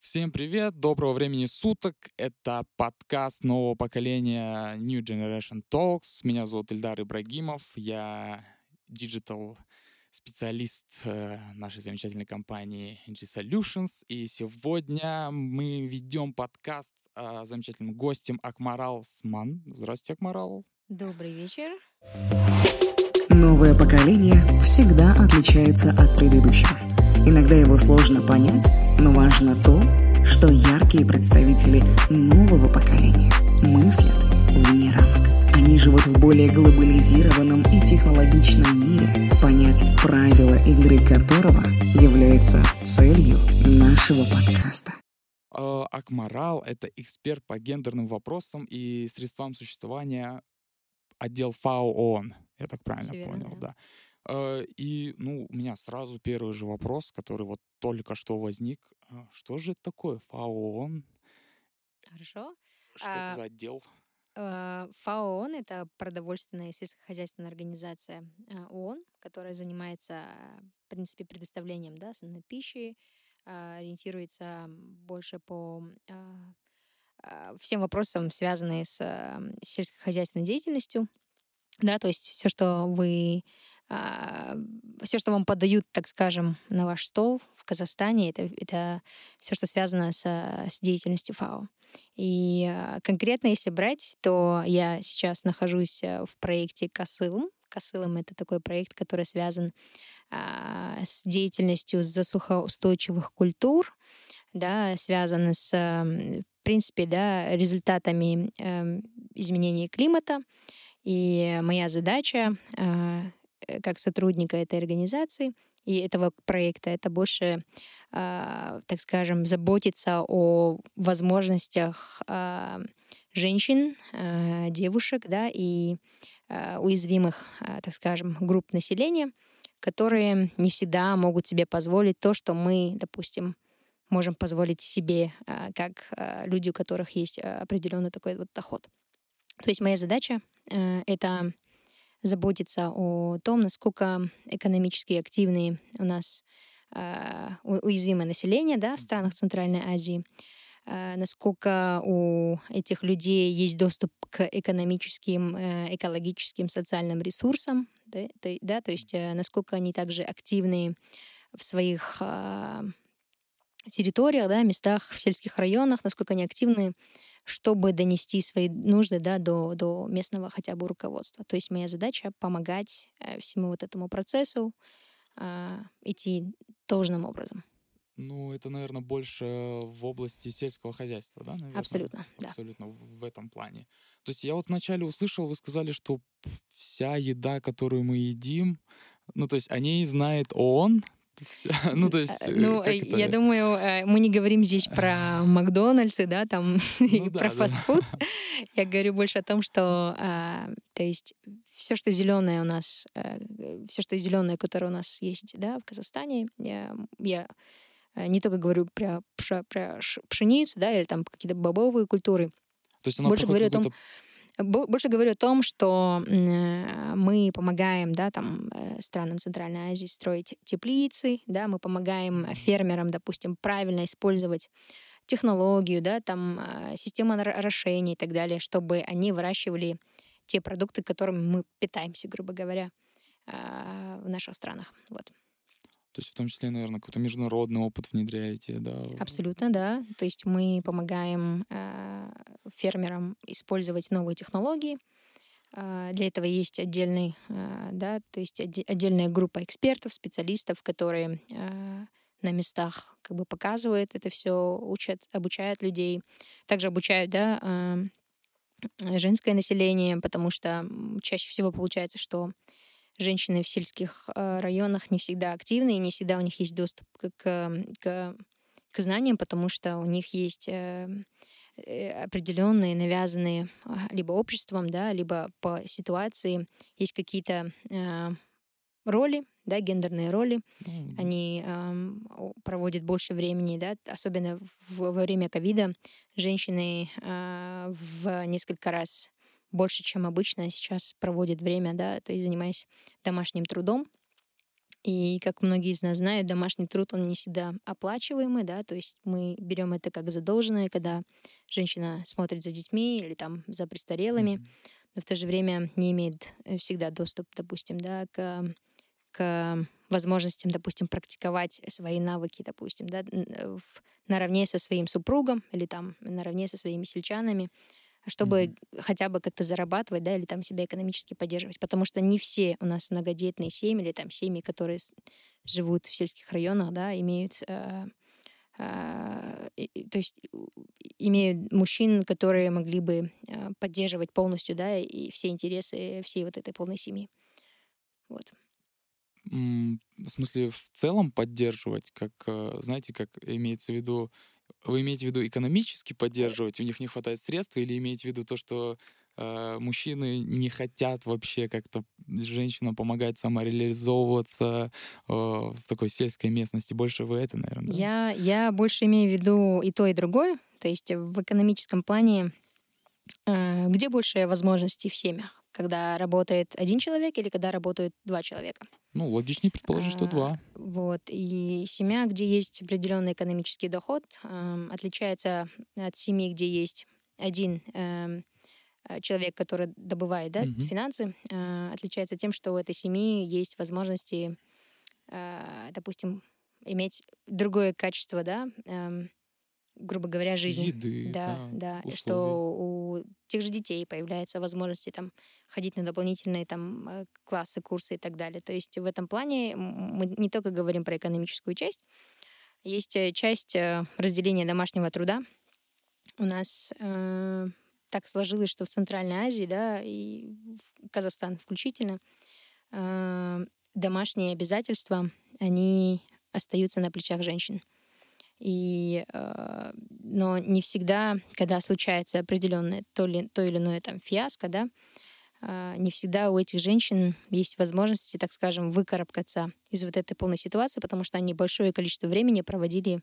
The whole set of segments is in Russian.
Всем привет, доброго времени суток. Это подкаст нового поколения New Generation Talks. Меня зовут Ильдар Ибрагимов. Я диджитал-специалист нашей замечательной компании NG Solutions. И сегодня мы ведем подкаст с замечательным гостем Акмарал Сман. Здравствуйте, Акмарал. Добрый вечер. Новое поколение всегда отличается от предыдущего. Иногда его сложно понять, но важно то, что яркие представители нового поколения мыслят вне рамок. Они живут в более глобализированном и технологичном мире, понять правила игры которого является целью нашего подкаста. Акмарал — это эксперт по гендерным вопросам и средствам существования отдел ФАО ООН. Я так правильно понял, да. И, у меня сразу первый же вопрос, который вот только что возник. Что же это такое ФАО ООН? Хорошо. Что это за отдел? ФАО ООН — это продовольственная и сельскохозяйственная организация ООН, которая занимается, в принципе, предоставлением пищи, ориентируется больше по всем вопросам, связанным с сельскохозяйственной деятельностью. Да, то есть все, что вам подают, так скажем, на ваш стол в Казахстане, это все, что связано с деятельностью ФАО. И конкретно, если брать, то я сейчас нахожусь в проекте «Касылым». «Касылым» — это такой проект, который связан с деятельностью засухоустойчивых культур, да, связан с, в принципе, результатами изменения климата. И моя задача как сотрудника этой организации и этого проекта — это больше, так скажем, заботиться о возможностях женщин, девушек, да, и уязвимых, так скажем, групп населения, которые не всегда могут себе позволить то, что мы, допустим, можем позволить себе, как люди, у которых есть определенный такой вот доход. То есть моя задача — это заботиться о том, насколько экономически активные у нас уязвимое население, да, в странах Центральной Азии, насколько у этих людей есть доступ к экономическим, экологическим, социальным ресурсам, то есть насколько они также активны в своих территориях, да, местах, в сельских районах, насколько они активны, чтобы донести свои нужды, да, до местного хотя бы руководства. То есть моя задача — помогать всему вот этому процессу идти должным образом. Это, наверное, больше в области сельского хозяйства, да, наверное? Абсолютно, да. Абсолютно в этом плане. То есть я вот вначале услышал, вы сказали, что вся еда, которую мы едим, то есть о ней знает ООН. Я думаю, мы не говорим здесь про Макдональдсы, да, там, про фастфуд. Я говорю больше о том, что, то есть, все, что зеленое у нас, все, что зеленое, которое у нас есть, да, в Казахстане, я не только говорю про пшеницу, да, или там какие-то бобовые культуры. То есть Больше говорю о том, что мы помогаем, да, там, странам Центральной Азии строить теплицы, да, мы помогаем фермерам, допустим, правильно использовать технологию, да, там, систему орошения и так далее, чтобы они выращивали те продукты, которыми мы питаемся, грубо говоря, в наших странах. Вот. То есть в том числе, наверное, какой-то международный опыт внедряете, да? Абсолютно, да. То есть мы помогаем фермерам использовать новые технологии. Для этого есть отдельная группа экспертов, специалистов, которые на местах как бы показывают это все, учат, обучают людей. Также обучают, да, женское население, потому что чаще всего получается, что женщины в сельских районах не всегда активны, и не всегда у них есть доступ к знаниям, потому что у них есть определенные, навязанные либо обществом, да, либо по ситуации есть какие-то роли, да, гендерные роли. Они проводят больше времени, да, особенно во время ковида женщины в несколько раз больше, чем обычно, сейчас проводят время, да, то есть занимаясь домашним трудом. И, как многие из нас знают, домашний труд, он не всегда оплачиваемый, да, то есть мы берем это как задолженное, когда женщина смотрит за детьми или там за престарелыми, но в то же время не имеет всегда доступ, допустим, да, к возможностям, допустим, практиковать свои навыки, допустим, да, наравне со своим супругом или там наравне со своими сельчанами, чтобы хотя бы как-то зарабатывать, да, или там себя экономически поддерживать. Потому что не все у нас многодетные семьи или там семьи, которые живут в сельских районах, да, имеют, то есть имеют мужчин, которые могли бы поддерживать полностью, да, и все интересы всей вот этой полной семьи. Вот. В смысле, в целом поддерживать, как, знаете, как имеется в виду, вы имеете в виду экономически поддерживать, у них не хватает средств, или имеете в виду то, что мужчины не хотят вообще как-то женщинам помогать самореализовываться в такой сельской местности? Больше вы это, наверное, да? Я больше имею в виду и то, и другое. То есть в экономическом плане, где больше возможностей в семьях? Когда работает один человек или когда работают два человека? Ну, логичнее предположить, что два. Вот. И семья, где есть определенный экономический доход, отличается от семьи, где есть один человек, который добывает, да, финансы, отличается тем, что у этой семьи есть возможности, допустим, иметь другое качество, да, грубо говоря, жизни. Еды, Да. условий. Что у тех же детей появляются возможности там ходить на дополнительные там классы, курсы и так далее. То есть в этом плане мы не только говорим про экономическую часть, есть часть разделения домашнего труда. У нас так сложилось, что в Центральной Азии, да, и в Казахстан включительно, домашние обязательства, они остаются на плечах женщин. Но не всегда, когда случается определенное то или иное там фиаско, да, не всегда у этих женщин есть возможности, так скажем, выкарабкаться из вот этой полной ситуации, потому что они большое количество времени проводили,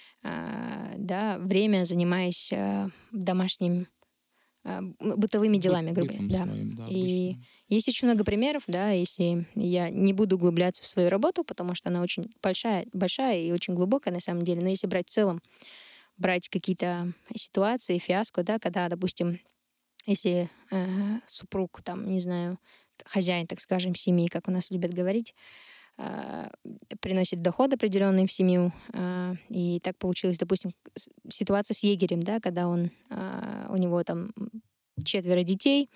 время занимаясь домашним бытовыми делами, грубо говоря. Да. И есть очень много примеров, да, если я не буду углубляться в свою работу, потому что она очень большая и очень глубокая на самом деле, но если брать в целом, брать какие-то ситуации, фиаско, да, когда, допустим, если супруг, там, не знаю, хозяин, так скажем, семьи, как у нас любят говорить, приносит доход определенный в семью, и так получилась, допустим, ситуация с егерем, да, когда у него там 4 детей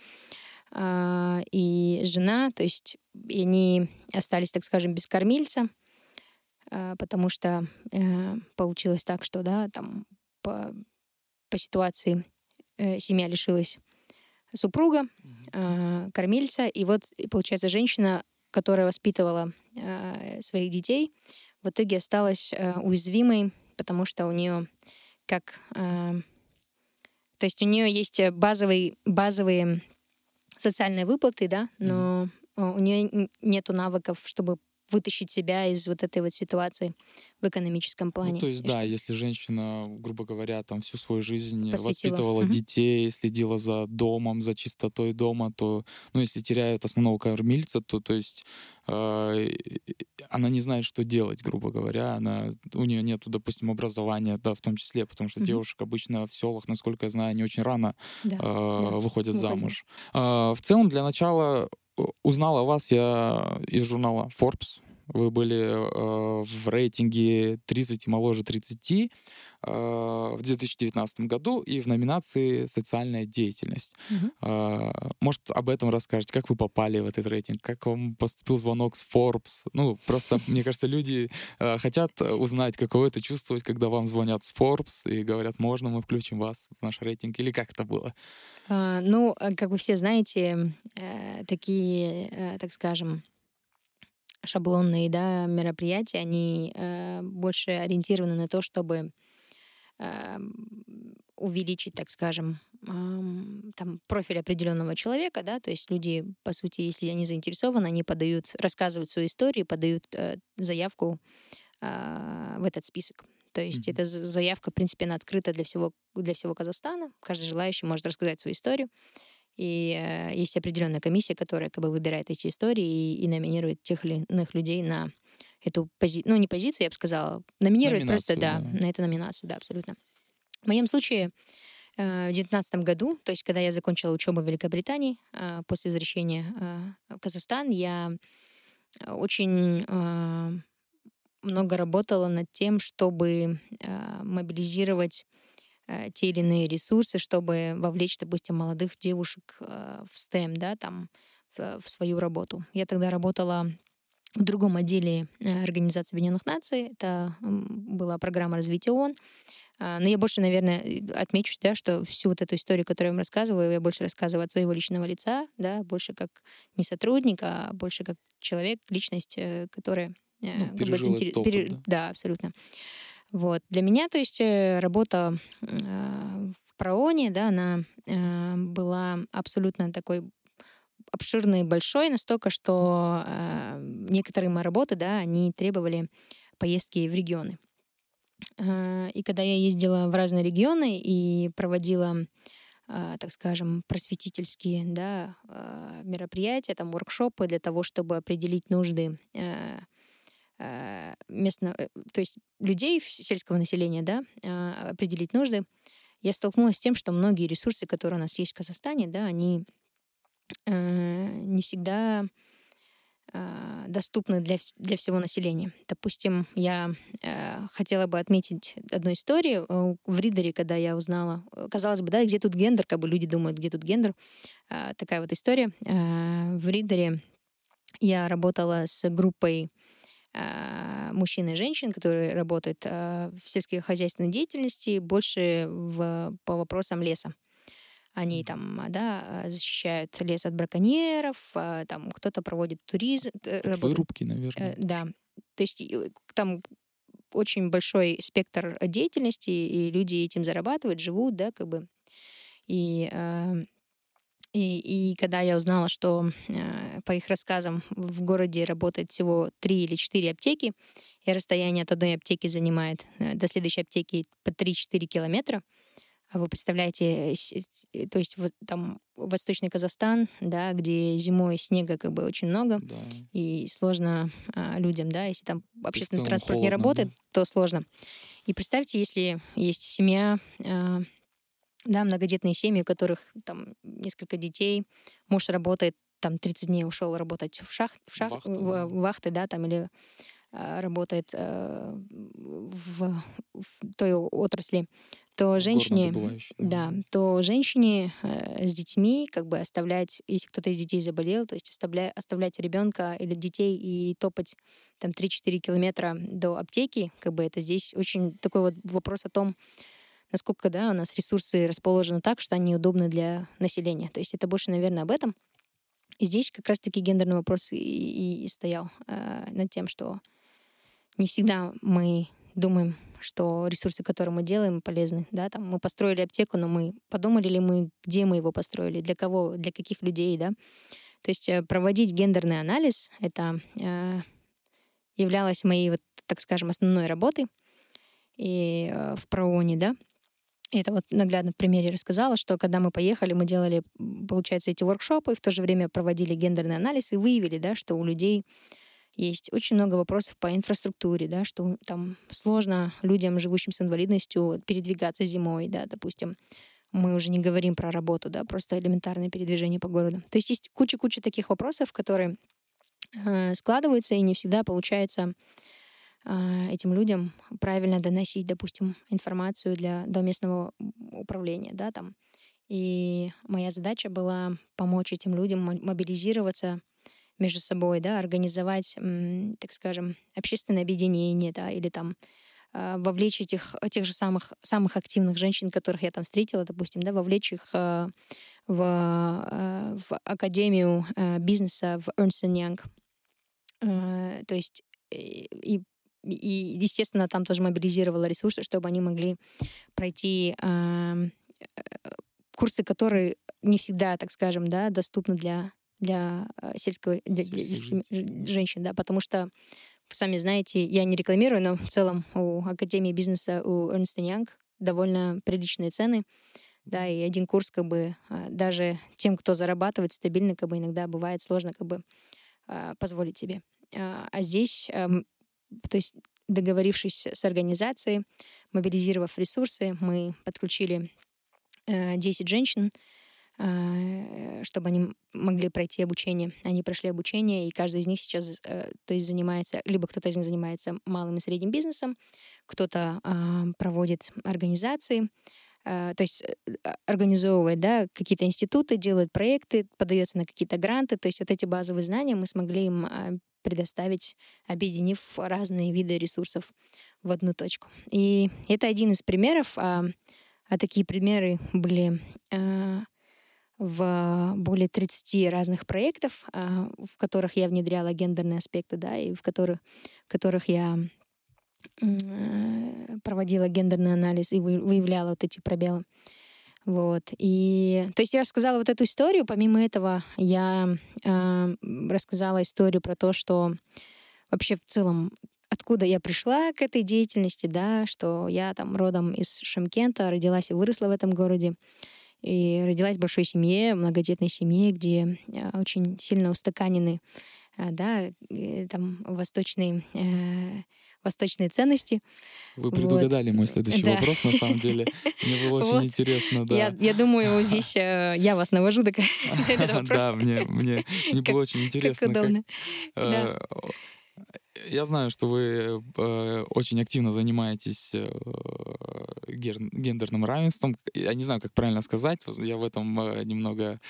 и жена, то есть и они остались, так скажем, без кормильца, потому что получилось так, что, да, там по ситуации семья лишилась супруга, кормильца, и вот, получается, женщина, которая воспитывала своих детей, в итоге осталась уязвимой, потому что у нее то есть у нее есть базовые социальные выплаты, да, но у нее нету навыков, чтобы вытащить себя из вот этой вот ситуации в экономическом плане. Ну, то есть, да, если женщина, грубо говоря, там всю свою жизнь воспитывала детей, следила за домом, за чистотой дома, то, ну, если теряют основного кормильца, то есть она не знает, что делать, грубо говоря. У нее нету, допустим, образования, да, в том числе, потому что девушек обычно в селах, насколько я знаю, они очень рано выходят замуж. В целом, для начала узнал о вас я из журнала Forbes. Вы были в рейтинге 30 и моложе 30 в 2019 году и в номинации «Социальная деятельность». Может, об этом расскажете? Как вы попали в этот рейтинг? Как вам поступил звонок с Forbes? Ну, просто, мне кажется, люди хотят узнать, каково это чувствовать, когда вам звонят с Forbes и говорят, можно мы включим вас в наш рейтинг? Или как это было? Ну, как вы все знаете, такие, так скажем, шаблонные, да, мероприятия, они больше ориентированы на то, чтобы увеличить, так скажем, там, профиль определенного человека, да, то есть люди, по сути, если они заинтересованы, они рассказывают свою историю, подают заявку в этот список. То есть эта заявка, в принципе, она открыта для всего Казахстана. Каждый желающий может рассказать свою историю. И есть определенная комиссия, которая как бы выбирает эти истории и номинирует тех или иных людей на эту позицию, ну, не позицию, я бы сказала, номинировать просто, Номинацию, да, да. на эту номинацию, да, абсолютно. В моем случае в 2019 году, то есть когда я закончила учебу в Великобритании, после возвращения в Казахстан, я очень много работала над тем, чтобы мобилизировать те или иные ресурсы, чтобы вовлечь, допустим, молодых девушек в STEM, да, там, в свою работу. Я тогда работала в другом отделе Организации Объединенных Наций. Это была программа развития ООН. Но я больше, наверное, отмечу, да, что всю вот эту историю, которую я вам рассказываю, я больше рассказываю от своего личного лица, да, больше как не сотрудник, а больше как человек, личность, которая... пережил этот опыт, да? Да, абсолютно. Вот. Для меня, то есть, работа в ПРООНе, да, она была абсолютно такой обширной и большой, настолько, что некоторые мои работы, да, они требовали поездки в регионы. И когда я ездила в разные регионы и проводила, так скажем, просветительские, да, мероприятия, там, воркшопы для того, чтобы определить нужды местного, то есть людей, сельского населения, да, определить нужды, я столкнулась с тем, что многие ресурсы, которые у нас есть в Казахстане, да, они не всегда доступны для всего населения. Допустим, я хотела бы отметить одну историю. В Ридере, когда я узнала, казалось бы, да, где тут гендер, как бы люди думают, где тут гендер. Такая вот история. В Ридере я работала с группой мужчин и женщин, которые работают в сельскохозяйственной деятельности, больше по вопросам леса. Они там, да, защищают лес от браконьеров, там кто-то проводит туризм. От вырубки, наверное. Да. То есть там очень большой спектр деятельности, и люди этим зарабатывают, живут, да, как бы. И когда я узнала, что по их рассказам в городе работает всего 3 или 4 аптеки, и расстояние от одной аптеки занимает до следующей аптеки по 3-4 километра, а вы представляете, то есть вот там Восточный Казахстан, да, где зимой снега как бы очень много, Да. и сложно людям, да, если там общественный транспорт холодно, не работает, да. то сложно. И представьте, если есть семья, да, многодетные семьи, у которых там несколько детей, муж работает, там 30 дней ушел работать вахты, да, там, или работает в той отрасли, то женщине, да, то женщине с детьми как бы оставлять, если кто-то из детей заболел, то есть оставлять ребенка или детей и топать там 3-4 километра до аптеки, как бы это здесь очень такой вот вопрос о том, насколько, да, у нас ресурсы расположены так, что они удобны для населения. То есть это больше, наверное, об этом. И здесь как раз-таки гендерный вопрос и стоял над тем, что не всегда мы думаем, что ресурсы, которые мы делаем, полезны. Да? Там мы построили аптеку, но мы подумали ли мы, где мы его построили, для кого, для каких людей. Да? То есть проводить гендерный анализ — это являлось моей, вот, так скажем, основной работой и в ПРООНе, да. Это вот наглядно в примере рассказала, что когда мы поехали, мы делали, получается, эти воркшопы, в то же время проводили гендерный анализ и выявили, да, что у людей есть очень много вопросов по инфраструктуре, да, что там сложно людям, живущим с инвалидностью, передвигаться зимой, да, допустим. Мы уже не говорим про работу, да, просто элементарное передвижение по городу. То есть есть куча-куча таких вопросов, которые складываются, и не всегда получается этим людям правильно доносить, допустим, информацию до местного управления, да, там. И моя задача была помочь этим людям мобилизироваться между собой, да, организовать, так скажем, общественное объединение, да, или там вовлечь тех же самых активных женщин, которых я там встретила, допустим, да, вовлечь их в Академию бизнеса в Ernst & Young. То есть и, естественно, там тоже мобилизировала ресурсы, чтобы они могли пройти курсы, которые не всегда, так скажем, да, доступны для сельских женщин, да, потому что, вы сами знаете, я не рекламирую, но в целом у Академии бизнеса, у Ernst & Young довольно приличные цены, да, и один курс, как бы, даже тем, кто зарабатывает стабильно, как бы, иногда бывает сложно, как бы, позволить себе. А здесь то есть договорившись с организацией, мобилизировав ресурсы, мы подключили 10 женщин, чтобы они могли пройти обучение. Они прошли обучение, и каждый из них сейчас то есть занимается, либо кто-то из них занимается малым и средним бизнесом, кто-то проводит организации, то есть организовывает, да, какие-то институты, делает проекты, подается на какие-то гранты. То есть вот эти базовые знания мы смогли им предоставить, объединив разные виды ресурсов в одну точку. И это один из примеров, а такие примеры были в более 30 разных проектов, в которых я внедряла гендерные аспекты, да, и в которых я проводила гендерный анализ и выявляла вот эти пробелы. Вот. И, то есть я рассказала вот эту историю. Помимо этого, я рассказала историю про то, что вообще в целом откуда я пришла к этой деятельности, да, что я там родом из Шымкента, родилась и выросла в этом городе. И родилась в большой семье, многодетной семье, где очень сильно устаканены, да, там восточные ценности. Вы предугадали мой следующий вопрос, на самом деле. Мне было очень интересно, да. Я думаю, здесь я вас навожу до этого вопроса. Да, мне было очень интересно. Как удобно. Я знаю, что вы очень активно занимаетесь гендерным равенством. Я не знаю, как правильно сказать. Я в этом немного,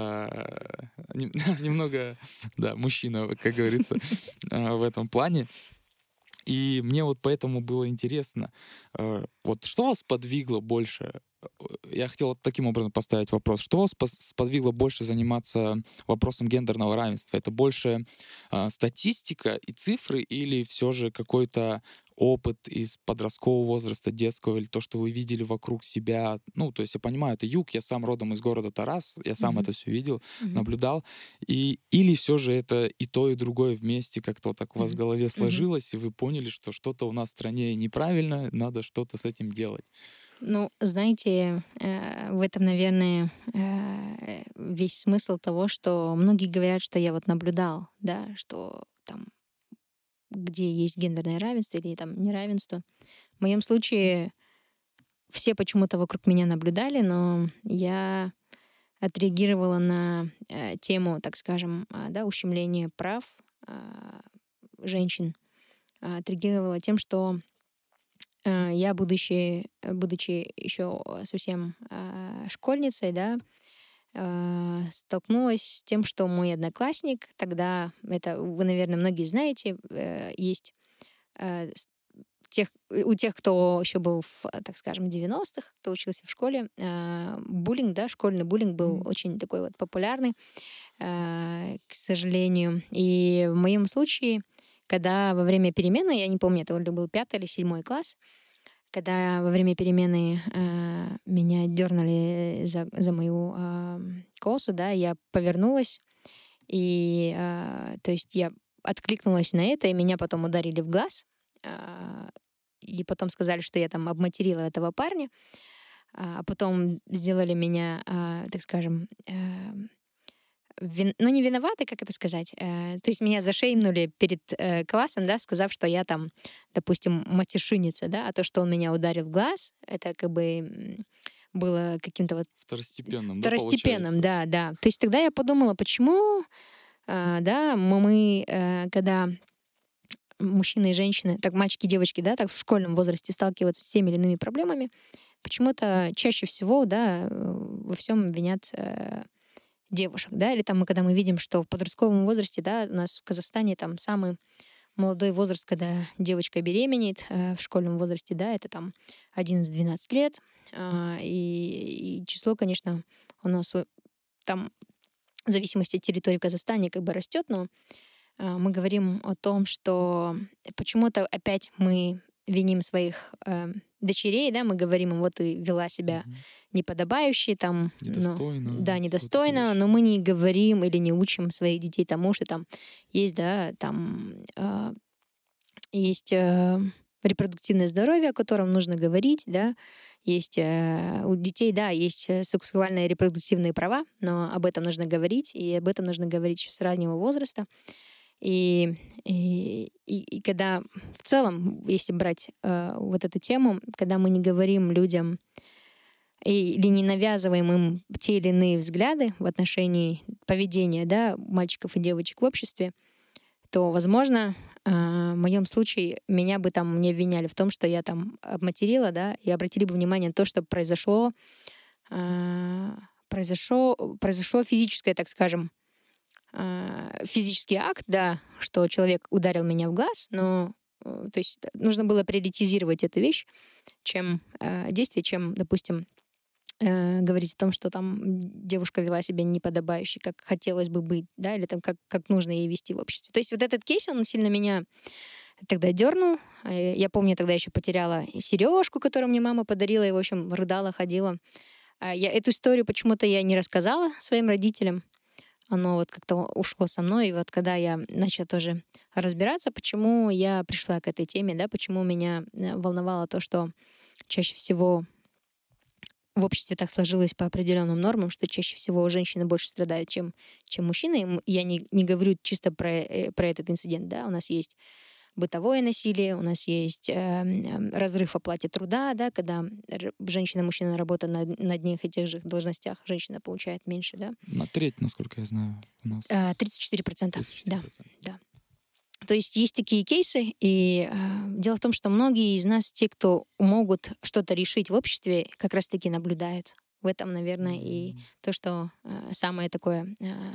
да, мужчина, как говорится, в этом плане. И мне вот поэтому было интересно, вот что вас подвигло больше? Я хотел таким образом поставить вопрос. Что вас сподвигло больше заниматься вопросом гендерного равенства? Это больше статистика и цифры или все же какой-то опыт из подросткового возраста, детского, или то, что вы видели вокруг себя? Ну, то есть я понимаю, это юг, я сам родом из города Тарас, я сам это все видел, наблюдал. Или все же это и то, и другое вместе как-то вот так у вас в голове сложилось, и вы поняли, что что-то у нас в стране неправильно, надо что-то с этим делать? Ну, знаете, в этом, наверное, весь смысл того, что многие говорят, что я вот наблюдал, да, что там, где есть гендерное равенство или там неравенство. В моем случае все почему-то вокруг меня наблюдали, но я отреагировала на тему, так скажем, да, ущемления прав женщин. Отреагировала тем, что я, будучи еще совсем школьницей, да, столкнулась с тем, что мой одноклассник, тогда, это вы, наверное, многие знаете, есть у тех, кто еще был так скажем, 90-х, кто учился в школе, буллинг, да, школьный буллинг был очень такой вот популярный, к сожалению. И в моем случае, когда во время перемены, я не помню, это был 5 или 7 класс, когда во время перемены меня дернули за мою косу, да, я повернулась, и то есть я откликнулась на это, и меня потом ударили в глаз, и потом сказали, что я там обматерила этого парня, а потом сделали меня, так скажем, ну, не виноваты, как это сказать. То есть меня зашеймнули перед классом, да, сказав, что я там, допустим, матершинница, да, а то, что он меня ударил в глаз, это как бы было каким-то вот... Второстепенным, да, да. То есть тогда я подумала, почему, да, мы, когда мужчины и женщины, так мальчики и девочки, да, так в школьном возрасте сталкиваются с теми или иными проблемами, почему-то чаще всего, да, во всем винят девушек, да, или там когда мы видим, что в подростковом возрасте, да, у нас в Казахстане там самый молодой возраст, когда девочка беременеет в школьном возрасте, да, это там 11-12 лет, и число, конечно, у нас там в зависимости от территории в Казахстане как бы растет, но мы говорим о том, что почему-то опять мы виним своих дочерей, да, мы говорим им, вот ты вела себя неподобающе, там, недостойно, недостойно, но мы не говорим или не учим своих детей тому, что там есть, да, там есть репродуктивное здоровье, о котором нужно говорить, да, есть у детей, да, есть сексуальные и репродуктивные права, но об этом нужно говорить, и об этом нужно говорить еще с раннего возраста. И когда в целом, если брать вот эту тему, когда мы не говорим людям или не навязываем им те или иные взгляды в отношении поведения, да, мальчиков и девочек в обществе, то, возможно, в моем случае меня бы там не обвиняли в том, что я там обматерила, да, и обратили бы внимание на то, что произошло физическое, так скажем, физический акт, да, что человек ударил меня в глаз, но то есть нужно было приоритизировать эту вещь, чем действие, чем, допустим, говорить о том, что там девушка вела себя неподобающе, как хотелось бы быть, да, или там как нужно ей вести в обществе. То есть вот этот кейс, он сильно меня тогда дернул. Я помню, тогда еще потеряла сережку, которую мне мама подарила, и, в общем, рыдала, ходила. Эту историю почему-то я не рассказала своим родителям. Оно вот как-то ушло со мной. И вот когда я начала тоже разбираться, почему я пришла к этой теме, да, почему меня волновало то, что чаще всего в обществе так сложилось по определенным нормам, что чаще всего женщины больше страдают, чем мужчины. И я не говорю чисто про этот инцидент. Да? У нас есть бытовое насилие, у нас есть разрыв в оплате труда, да, когда женщина и мужчина работают на одних и тех же должностях, женщина получает меньше. Да? На треть, насколько я знаю, у нас. 34%. 34%. Да. То есть есть такие кейсы, и дело в том, что многие из нас, те, кто могут что-то решить в обществе, как раз-таки наблюдают. В этом, наверное, и то, что самое такое...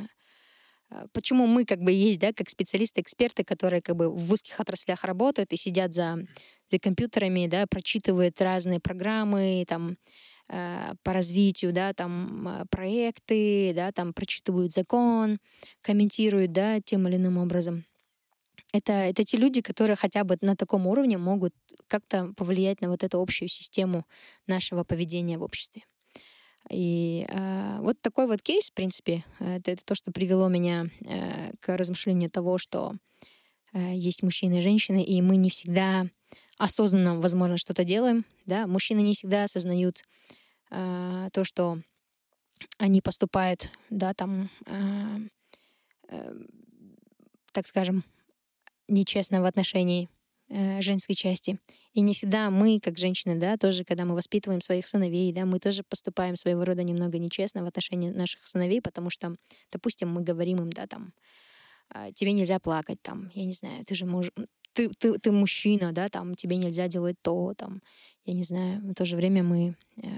Почему мы как бы есть, да, как специалисты, эксперты, которые как бы в узких отраслях работают и сидят за компьютерами, да, прочитывают разные программы, там, по развитию, да, там, проекты, да, там, прочитывают закон, комментируют, да, тем или иным образом. Это те люди, которые хотя бы на таком уровне могут как-то повлиять на вот эту общую систему нашего поведения в обществе. И вот такой вот кейс, в принципе, это то, что привело меня к размышлению того, что есть мужчины и женщины, и мы не всегда осознанно, возможно, что-то делаем. Да? Мужчины не всегда осознают то, что они поступают, да, там, так скажем, нечестно в отношении женской части. И не всегда мы, как женщины, да, тоже, когда мы воспитываем своих сыновей, да, мы тоже поступаем своего рода немного нечестно в отношении наших сыновей, потому что, допустим, мы говорим им, да, там, тебе нельзя плакать, там, я не знаю, ты же ты мужчина, да, там, тебе нельзя делать то, там, я не знаю, в то же время мы...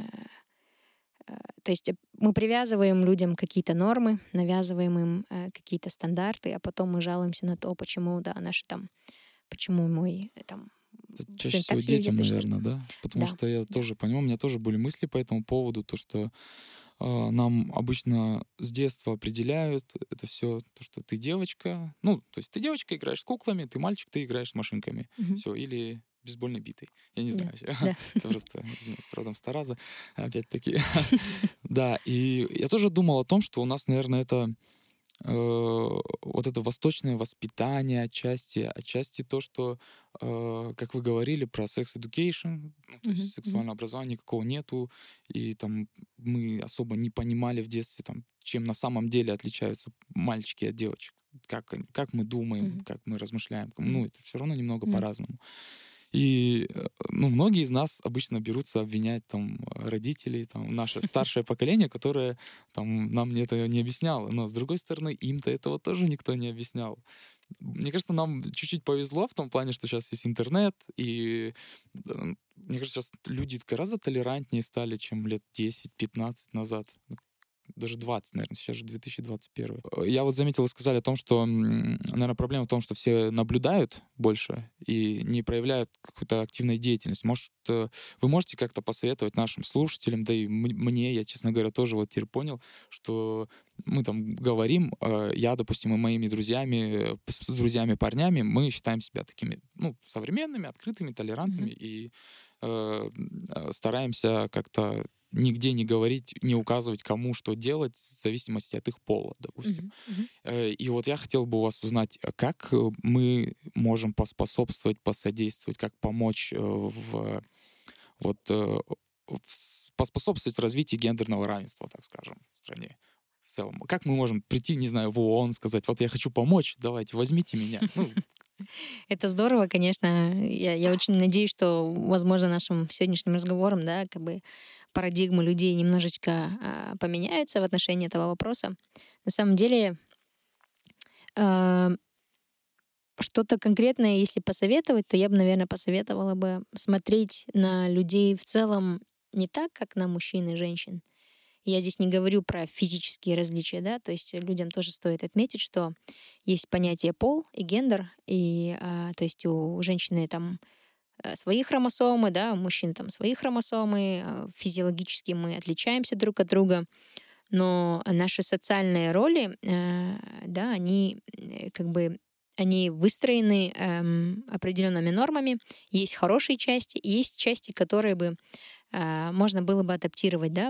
То есть мы привязываем людям какие-то нормы, навязываем им какие-то стандарты, а потом мы жалуемся на то, почему, да, наши там, почему мой там... Чаще всего детям, наверное, да? Потому что я тоже понимаю, у меня тоже были мысли по этому поводу, то, что нам обычно с детства определяют это все, то, что ты девочка, ну, то есть ты девочка, играешь с куклами, ты мальчик, ты играешь с машинками. Все, или бейсбольной битой. Я не знаю. Да. Я просто, извиняюсь, родом с Тараза, опять-таки. Да, и я тоже думал о том, что у нас, наверное, это вот это восточное воспитание отчасти то, что, как вы говорили про sex education, ну, то есть сексуальное образование никакого нету, и там мы особо не понимали в детстве, там, чем на самом деле отличаются мальчики от девочек, как мы думаем, как мы размышляем, ну, это все равно немного по-разному. И, ну, многие из нас обычно берутся обвинять там родителей, там, наше старшее поколение, которое там нам это не объясняло. Но, с другой стороны, им-то этого тоже никто не объяснял. Мне кажется, нам чуть-чуть повезло в том плане, что сейчас есть интернет, и мне кажется, сейчас люди гораздо толерантнее стали, чем лет 10-15 назад. Даже 20, наверное, сейчас же 2021. Я вот заметил, вы сказали о том, что, наверное, проблема в том, что все наблюдают больше и не проявляют какую-то активную деятельность. Может, вы можете как-то посоветовать нашим слушателям, да и мне, я, честно говоря, тоже вот теперь понял, что мы там говорим, я, допустим, и моими друзьями, с друзьями-парнями, мы считаем себя такими, ну, современными, открытыми, толерантными и стараемся как-то нигде не говорить, не указывать, кому что делать, в зависимости от их пола, допустим. И вот я хотел бы у вас узнать, как мы можем поспособствовать, посодействовать, как помочь поспособствовать развитию гендерного равенства, так скажем, в стране. в целом? Как мы можем прийти, не знаю, в ООН, сказать, вот я хочу помочь, давайте, возьмите меня. Ну, Это здорово, конечно. Я очень надеюсь, что, возможно, нашим сегодняшним разговором, да, как бы парадигмы людей немножечко поменяются в отношении этого вопроса. На самом деле, а, что-то конкретное, если посоветовать, то я бы, наверное, посоветовала бы смотреть на людей в целом не так, как на мужчин и женщин. Я здесь не говорю про физические различия, да, то есть людям тоже стоит отметить, что есть понятие пол и гендер, и то есть у женщины там свои хромосомы, да, у мужчин там свои хромосомы, физиологически мы отличаемся друг от друга, но наши социальные роли, да, они как бы они выстроены определенными нормами. Есть хорошие части, и есть части, которые бы можно было бы адаптировать, да,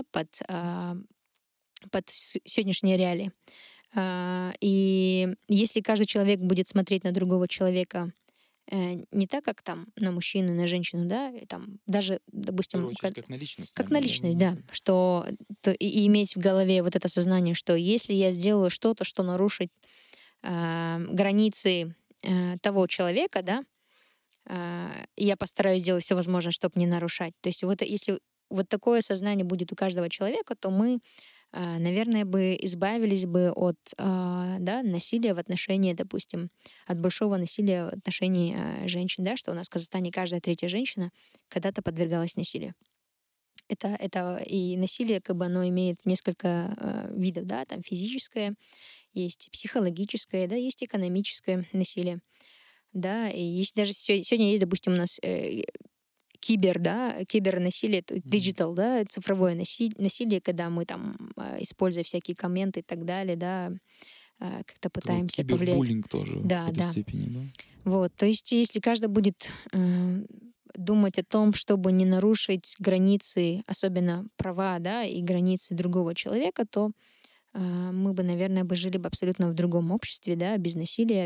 под сегодняшние реалии. И если каждый человек будет смотреть на другого человека не так, как там на мужчину, на женщину, да, и там даже, в допустим, первую очередь, как на личность. как на наверное, личность, да, что и иметь в голове вот это сознание, что если я сделаю что-то, что нарушит границы того человека, да, я постараюсь сделать все возможное, чтобы не нарушать. То есть вот если вот такое сознание будет у каждого человека, то мы, наверное, бы избавились бы от да, насилия в отношении, допустим, от большого насилия в отношении женщин, да, что у нас в Казахстане каждая третья женщина когда-то подвергалась насилию. Это и насилие, как бы оно имеет несколько видов, да, там физическое, есть психологическое, да, есть экономическое насилие, да, и есть даже сегодня есть, допустим, у нас кибернасилие, digital, да, цифровое насилие, когда мы там, используя всякие комменты и так далее, да, как-то пытаемся повлиять. Кибербуллинг тоже в какой-то степени, да? Вот, то есть если каждый будет думать о том, чтобы не нарушить границы, особенно права, да, и границы другого человека, то мы бы, наверное, жили бы абсолютно в другом обществе, да, без насилия,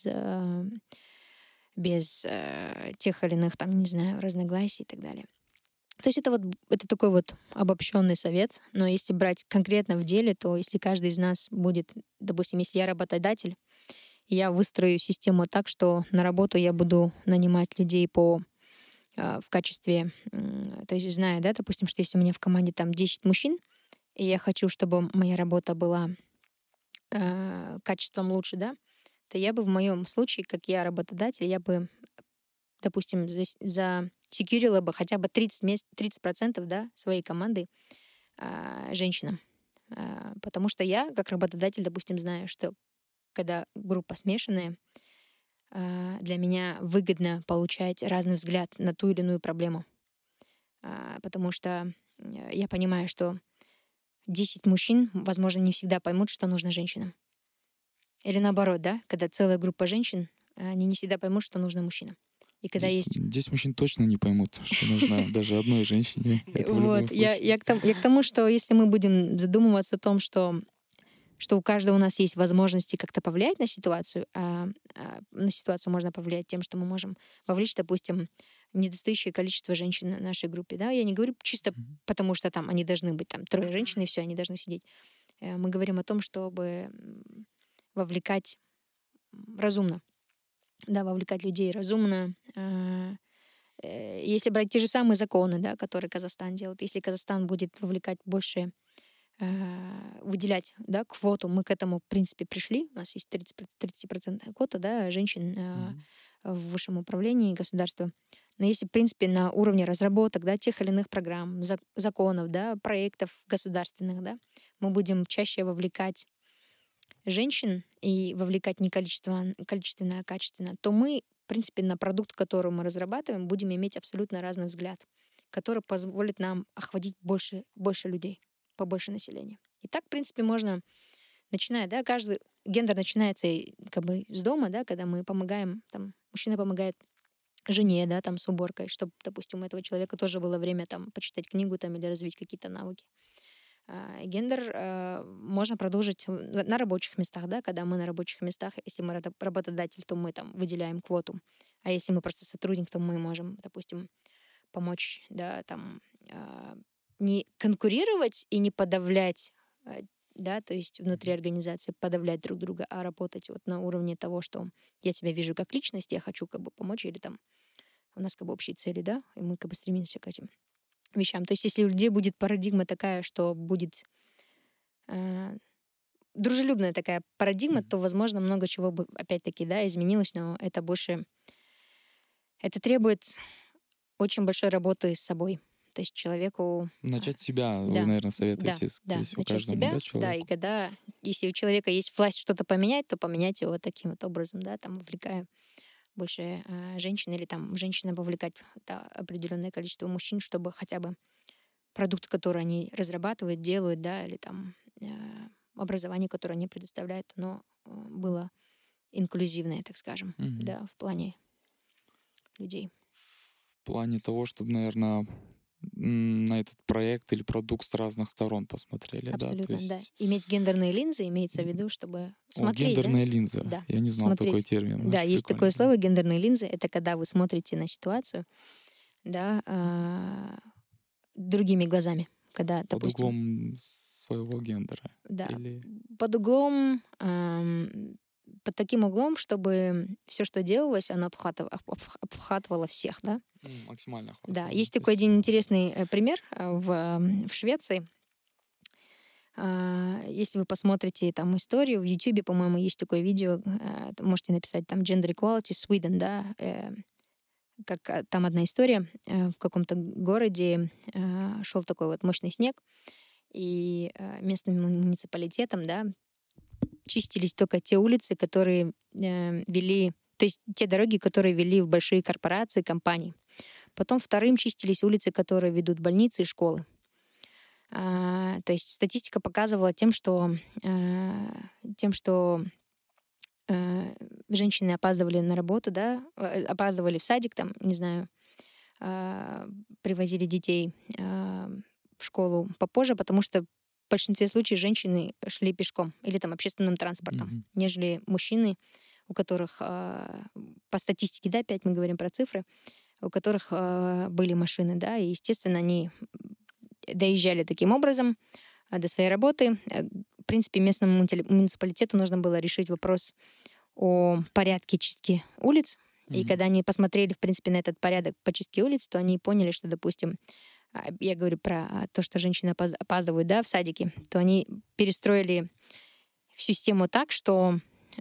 без тех или иных, там, не знаю, разногласий и так далее. То есть это такой вот обобщенный совет, но если брать конкретно в деле, то если каждый из нас будет, допустим, если я работодатель, я выстрою систему так, что на работу я буду нанимать людей в качестве, то есть зная, да, допустим, что если у меня в команде там 10 мужчин, и я хочу, чтобы моя работа была качеством лучше, да, то я бы в моем случае, как я работодатель, я бы, допустим, засекьюрила бы хотя бы 30% да, своей команды женщинам. Потому что я, как работодатель, допустим, знаю, что когда группа смешанная, для меня выгодно получать разный взгляд на ту или иную проблему. Потому что я понимаю, что 10 мужчин, возможно, не всегда поймут, что нужно женщинам. Или наоборот, да, когда целая группа женщин, они не всегда поймут, что нужно мужчинам. И когда есть... 10 мужчин точно не поймут, что нужно даже одной женщине. Вот, я к тому, что если мы будем задумываться о том, что у каждого у нас есть возможности как-то повлиять на ситуацию, а на ситуацию можно повлиять тем, что мы можем вовлечь, допустим, недостающее количество женщин в нашей группе. Да? Я не говорю чисто потому, что там они должны быть там 3 женщин, и все, они должны сидеть. Мы говорим о том, чтобы вовлекать разумно. Да, вовлекать людей разумно. Если брать те же самые законы, да, которые Казахстан делает, если Казахстан будет вовлекать больше, выделять, да, квоту, мы к этому, в принципе, пришли. У нас есть 30% квота, да, женщин в высшем управлении государства. Но если, в принципе, на уровне разработок, да, тех или иных программ, законов, да, проектов государственных, да, мы будем чаще вовлекать женщин и вовлекать не количественно, а качественно, то мы, в принципе, на продукт, который мы разрабатываем, будем иметь абсолютно разный взгляд, который позволит нам охватить больше людей, побольше населения. И так, в принципе, можно, начиная, да, каждый гендер начинается как бы с дома, да, когда мы помогаем, там, мужчина помогает жене, да, там, с уборкой, чтобы, допустим, у этого человека тоже было время там почитать книгу там или развить какие-то навыки. Гендер можно продолжить на рабочих местах, да, когда мы на рабочих местах, если мы работодатель, то мы там выделяем квоту, а если мы просто сотрудник, то мы можем, допустим, помочь, да, там, не конкурировать и не подавлять да, то есть внутри организации подавлять друг друга, а работать вот на уровне того, что я тебя вижу как личность, я хочу как бы помочь, или там у нас как бы общие цели, да, и мы как бы стремимся к этим вещам. То есть если у людей будет парадигма такая, что будет дружелюбная такая парадигма, то, возможно, много чего бы, опять-таки, да, изменилось, но это больше... Это требует очень большой работы с собой. То есть человеку... Начать с себя, да, вы, наверное, советуете, да, всего, начать каждому, себя, да, человеку? да, и когда, если у человека есть власть что-то поменять, то поменять его таким вот образом, да, там, вовлекая больше женщин, или там женщины вовлекать определенное количество мужчин, чтобы хотя бы продукт, который они разрабатывают, делают, да, или там образование, которое они предоставляют, оно было инклюзивное, так скажем, да, в плане людей. В плане того, чтобы, наверное, на этот проект или продукт с разных сторон посмотрели. Абсолютно, да. да. Иметь гендерные линзы имеется в виду, чтобы смотреть. Гендерная линза. Да. Я не знал смотреть. такой термин. Да, есть такое слово гендерные линзы. Это когда вы смотрите на ситуацию, да, другими глазами. Когда, под допустим, углом своего гендера. Да. Или... Под углом, под таким углом, чтобы все, что делалось, оно обхватывало всех, да? Максимально охватывало. Да, есть такой один интересный пример в Швеции. Если вы посмотрите там историю, в YouTube, по-моему, есть такое видео, можете написать там Gender Equality Sweden, да, как там одна история, в каком-то городе шел такой вот мощный снег, и местным муниципалитетом, да, чистились только те улицы, которые вели, то есть те дороги, которые вели в большие корпорации, компании. Потом вторым чистились улицы, которые ведут больницы и школы. То есть статистика показывала тем, что женщины опаздывали на работу, да, опаздывали в садик, там, не знаю, привозили детей в школу попозже, потому что в большинстве случаев женщины шли пешком или там общественным транспортом, нежели мужчины, у которых, по статистике, да, опять мы говорим про цифры, у которых были машины, да, и, естественно, они доезжали таким образом до своей работы. В принципе, местному муниципалитету нужно было решить вопрос о порядке чистки улиц. И когда они посмотрели, в принципе, на этот порядок по чистке улиц, то они поняли, что, допустим, я говорю про то, что женщины опаздывают, да, в садике, то они перестроили всю систему так, что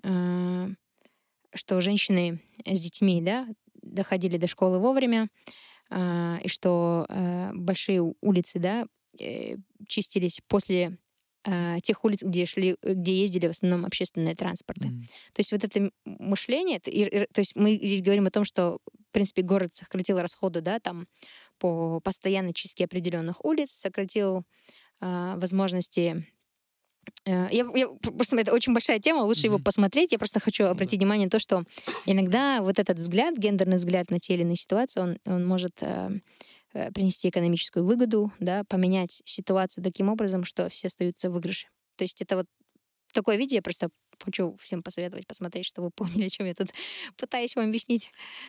женщины с детьми, да, доходили до школы вовремя, и что большие улицы, да, чистились после тех улиц, где ездили в основном общественные транспорты. То есть вот это мышление, то есть мы здесь говорим о том, что, в принципе, город сократил расходы, да, там, по постоянной чистке определенных улиц, сократил возможности... Просто это очень большая тема, лучше его посмотреть. Я просто хочу обратить внимание на то, что иногда вот этот взгляд, гендерный взгляд на те или иные ситуации, он может принести экономическую выгоду, да, поменять ситуацию таким образом, что все остаются в выигрыше. То есть это вот такое видео, я просто хочу всем посоветовать посмотреть, чтобы вы поняли, о чем я тут пытаюсь вам объяснить.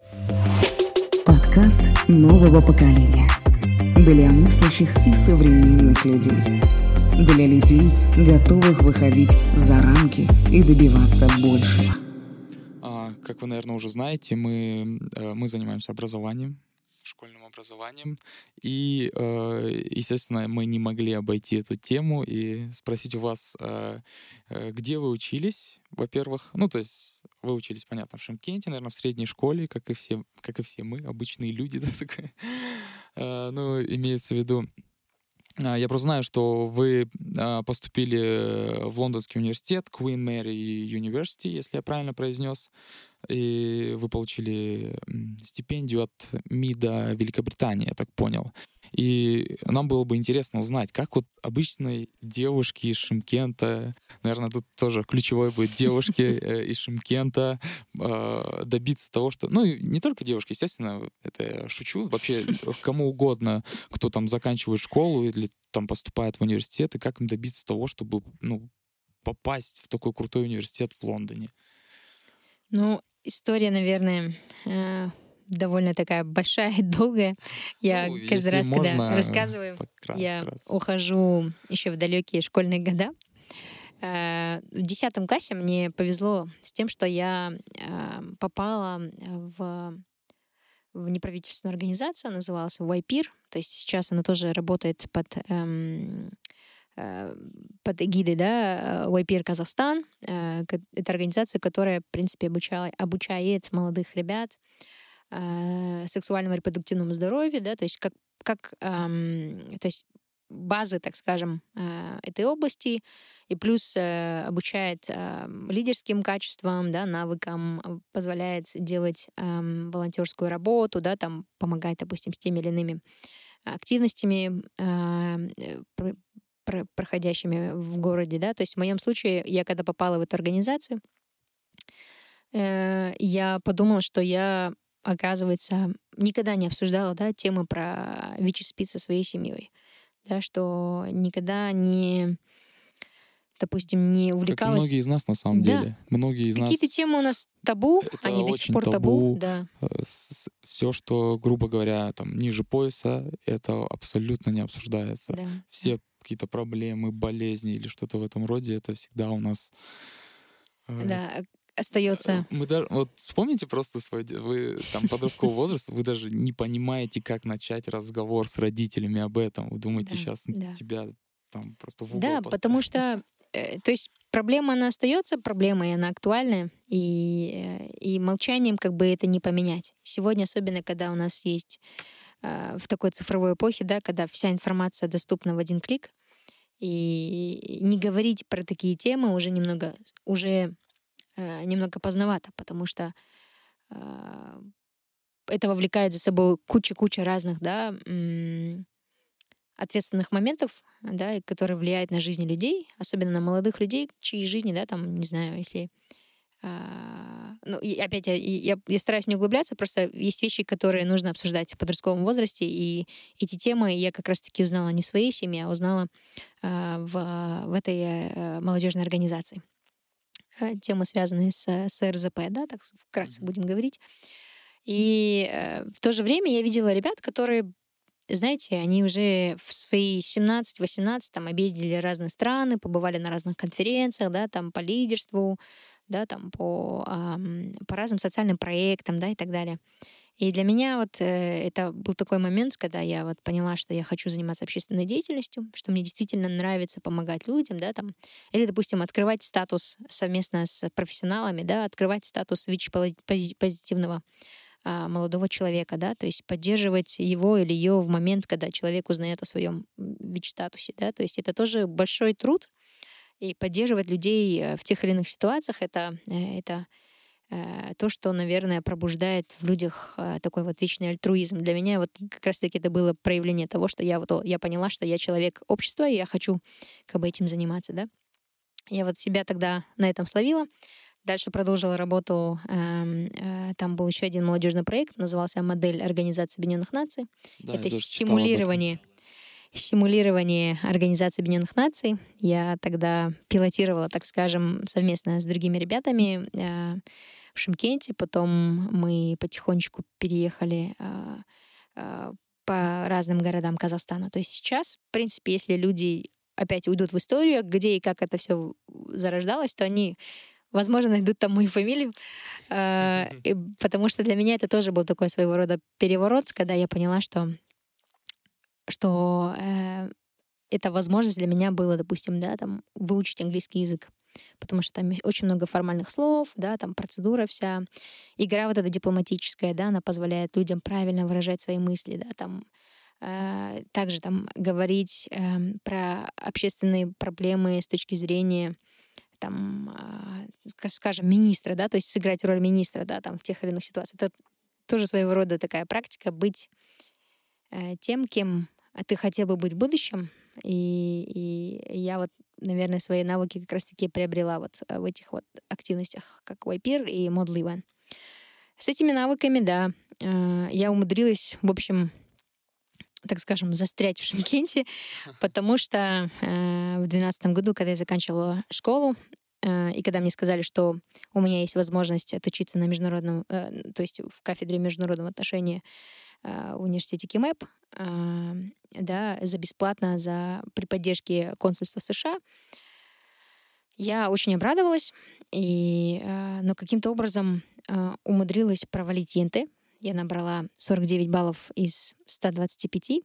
Подкаст нового поколения. Для мыслящих и современных людей. Для людей, готовых выходить за рамки и добиваться большего. Как вы, наверное, уже знаете, мы занимаемся образованием, школьным образованием. И, естественно, мы не могли обойти эту тему и спросить у вас, где вы учились, во-первых. Ну, то есть вы учились, понятно, в Шымкенте, наверное, в средней школе, как и все мы, обычные люди, да, такое. Ну, имеется в виду... Я просто знаю, что вы поступили в Лондонский университет, Queen Mary University, если я правильно произнес, и вы получили стипендию от МИДа Великобритании, я так понял. И нам было бы интересно узнать, как вот обычной девушке из Шымкента, наверное, тут тоже ключевой будет девушки из Шымкента, добиться того, что... Ну, и не только девушки, естественно, это я шучу, вообще кому угодно, кто там заканчивает школу или там поступает в университет, и как им добиться того, чтобы, ну, попасть в такой крутой университет в Лондоне. Ну, история, наверное, довольно такая большая и долгая. Я каждый раз, когда рассказываю, я ухожу еще в далекие школьные года. В 10 классе мне повезло с тем, что я попала в неправительственную организацию, называлась YPIR, то есть сейчас она тоже работает под эгидой, да, YPIR Казахстан. Это организация, которая, в принципе, обучает молодых ребят сексуальному и репродуктивному здоровью, да, то есть то есть базы, так скажем, этой области, и плюс обучает лидерским качествам, да, навыкам, позволяет делать волонтерскую работу, да, там помогает, допустим, с теми или иными активностями, проходящими в городе, да, то есть в моем случае, я когда попала в эту организацию, я подумала, что я, оказывается, никогда не обсуждала, да, темы про ВИЧ-СПИД со своей семьей, да, что никогда не, допустим, не увлекалась... Как и многие из нас, на самом деле. Многие из Какие-то нас... темы у нас табу, они до сих пор табу. Да. Все, что, грубо говоря, там, ниже пояса, это абсолютно не обсуждается. Да. Все какие-то проблемы, болезни или что-то в этом роде, это всегда у нас... Да, остается. Мы даже, вот вспомните просто вы там подростковый возраст, вы даже не понимаете, как начать разговор с родителями об этом. Вы думаете, сейчас тебя там просто в угол поставят. Потому что, то есть проблема, она остается проблемой, она актуальная, и молчанием как бы это не поменять. Сегодня, особенно, когда у нас есть в такой цифровой эпохе, да, когда вся информация доступна в один клик, и не говорить про такие темы уже немного поздновато, потому что это вовлекает за собой куча разных, да, ответственных моментов, да, которые влияют на жизни людей, особенно на молодых людей, чьи жизни, да, там, не знаю, если... Ну, и опять я стараюсь не углубляться, просто есть вещи, которые нужно обсуждать в подростковом возрасте, и эти темы я как раз-таки узнала не в своей семье, а узнала в этой молодежной организации. Темы, связанные с РЗП, да, так вкратце будем говорить. И в то же время я видела ребят, которые, знаете, они уже в свои 17-18 там объездили разные страны, побывали на разных конференциях, да, там по лидерству, да, там по разным социальным проектам, да, и так далее. И для меня вот это был такой момент, когда я вот поняла, что я хочу заниматься общественной деятельностью, что мне действительно нравится помогать людям, да, там, или, допустим, открывать статус совместно с профессионалами, да, открывать статус ВИЧ-позитивного молодого человека, да, то есть поддерживать его или ее в момент, когда человек узнает о своем ВИЧ-статусе, да, то есть это тоже большой труд, и поддерживать людей в тех или иных ситуациях это то, что, наверное, пробуждает в людях такой вот вечный альтруизм. Для меня вот как раз-таки это было проявление того, что я поняла, что я человек общества, и я хочу как бы этим заниматься, да. Я вот себя тогда на этом словила. Дальше продолжила работу. Там был еще один молодежный проект, назывался «Модель Организации Объединенных Наций». Да, это симулирование Организации Объединенных Наций. Я тогда пилотировала, так скажем, совместно с другими ребятами в Шымкенте. Потом мы потихонечку переехали по разным городам Казахстана. То есть сейчас, в принципе, если люди опять уйдут в историю, где и как это все зарождалось, то они, возможно, найдут там мою фамилию, потому что для меня это тоже был такой своего рода переворот, когда я поняла, что эта возможность для меня была, допустим, да, там, выучить английский язык, потому что там очень много формальных слов, да, там процедура вся, игра вот эта дипломатическая, да, она позволяет людям правильно выражать свои мысли, да, там, также там говорить про общественные проблемы с точки зрения, там, скажем, министра, да, то есть сыграть роль министра, да, там, в тех или иных ситуациях. Это тоже своего рода такая практика быть тем, кем ты хотел бы быть в будущем. И я вот, наверное, свои навыки как раз-таки приобрела вот в этих вот активностях, как YPIR и Model Event. С этими навыками, да, я умудрилась, в общем, так скажем, застрять в Шымкенте, потому что в 2012 году, когда я заканчивала школу, и когда мне сказали, что у меня есть возможность отучиться на международном, то есть в кафедре международного отношения в университете КИМЭП, да, за бесплатно, при поддержке консульства США, Я очень обрадовалась, но каким-то образом умудрилась провалить ЕНТ. Я набрала 49 баллов из 125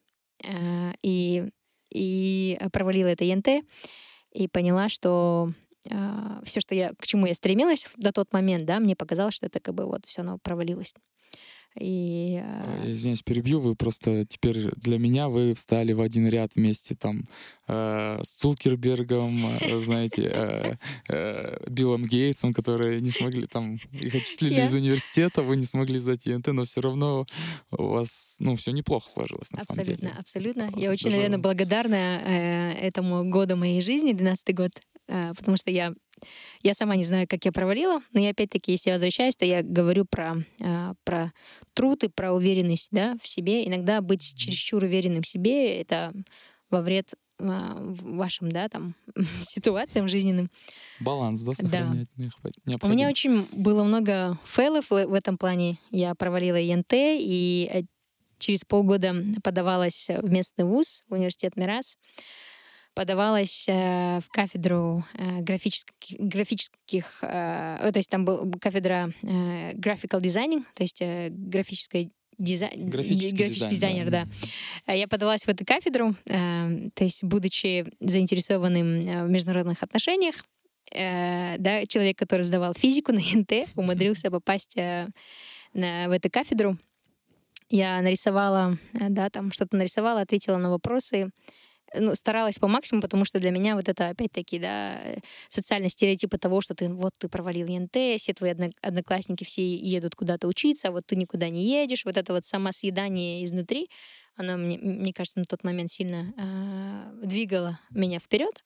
и провалила это ЕНТ и поняла, что все, к чему я стремилась до тот момент, да, мне показалось, что это как бы вот все оно провалилось. Извиняюсь, перебью, вы просто теперь для меня вы встали в один ряд вместе там с Цукербергом, знаете, Биллом Гейтсом, которые не смогли там, их отчислили из университета, вы не смогли сдать ЕНТ, но все равно у вас, все неплохо сложилось на самом деле. Абсолютно. Я очень, наверное, благодарна этому году моей жизни, 12-й год, потому что я сама не знаю, как я провалила, но я опять-таки, если я возвращаюсь, то я говорю про труд и про уверенность, да, в себе. Иногда быть чересчур уверенным в себе — это во вред вашим, да, там, ситуациям жизненным. Баланс, да, сохранять необходимо. У меня очень было много фейлов в этом плане. Я провалила ЕНТ, и через полгода подавалась в местный вуз, в университет Мирас. Подавалась в кафедру графических... то есть там была кафедра graphical designing, то есть графический дизайнер, да. Я подавалась в эту кафедру, то есть будучи заинтересованным в международных отношениях, да, человек, который сдавал физику на ЕНТ, умудрился попасть в эту кафедру. Я нарисовала, да, там что-то нарисовала, ответила на вопросы, старалась по максимуму, потому что для меня вот это, опять-таки, да, социальные стереотипы того, что ты провалил ЕНТ, все твои одноклассники все едут куда-то учиться, а вот ты никуда не едешь, вот это вот самосъедание изнутри, оно, мне кажется, на тот момент сильно двигало меня вперед.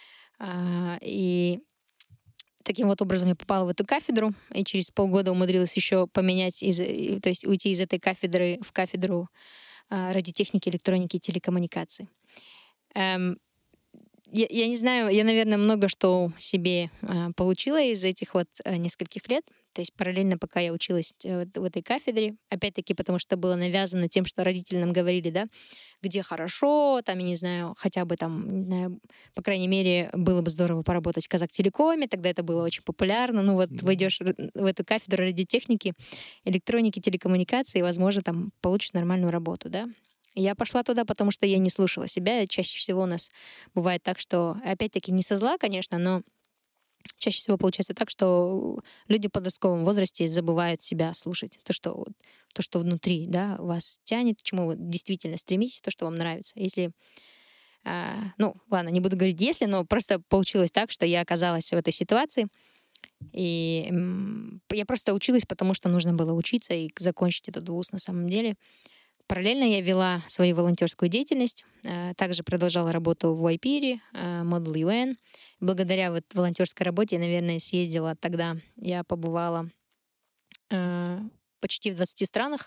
И таким вот образом я попала в эту кафедру, и через полгода умудрилась еще поменять, то есть уйти из этой кафедры в кафедру радиотехники, электроники и телекоммуникаций. Я не знаю, я, наверное, много что себе получила из этих вот нескольких лет. То есть параллельно, пока я училась в этой кафедре, опять-таки, потому что это было навязано тем, что родители нам говорили, да, где хорошо, там, я не знаю, хотя бы там, не знаю, по крайней мере, было бы здорово поработать в Казахтелекоме, тогда это было очень популярно. Ну вот войдешь в эту кафедру радиотехники, электроники, телекоммуникации, и, возможно, там получишь нормальную работу, да. Я пошла туда, потому что я не слушала себя. Чаще всего у нас бывает так, что, опять-таки, не со зла, конечно, но чаще всего получается так, что люди в подростковом возрасте забывают себя слушать. То, что внутри, да, вас тянет, к чему вы действительно стремитесь, то, что вам нравится. Если... ладно, не буду говорить «если», но просто получилось так, что я оказалась в этой ситуации. И я просто училась, потому что нужно было учиться и закончить этот вуз на самом деле. Параллельно я вела свою волонтерскую деятельность, также продолжала работу в YPIR, Model UN. Благодаря вот волонтерской работе я, наверное, съездила тогда. Я побывала почти в 20 странах,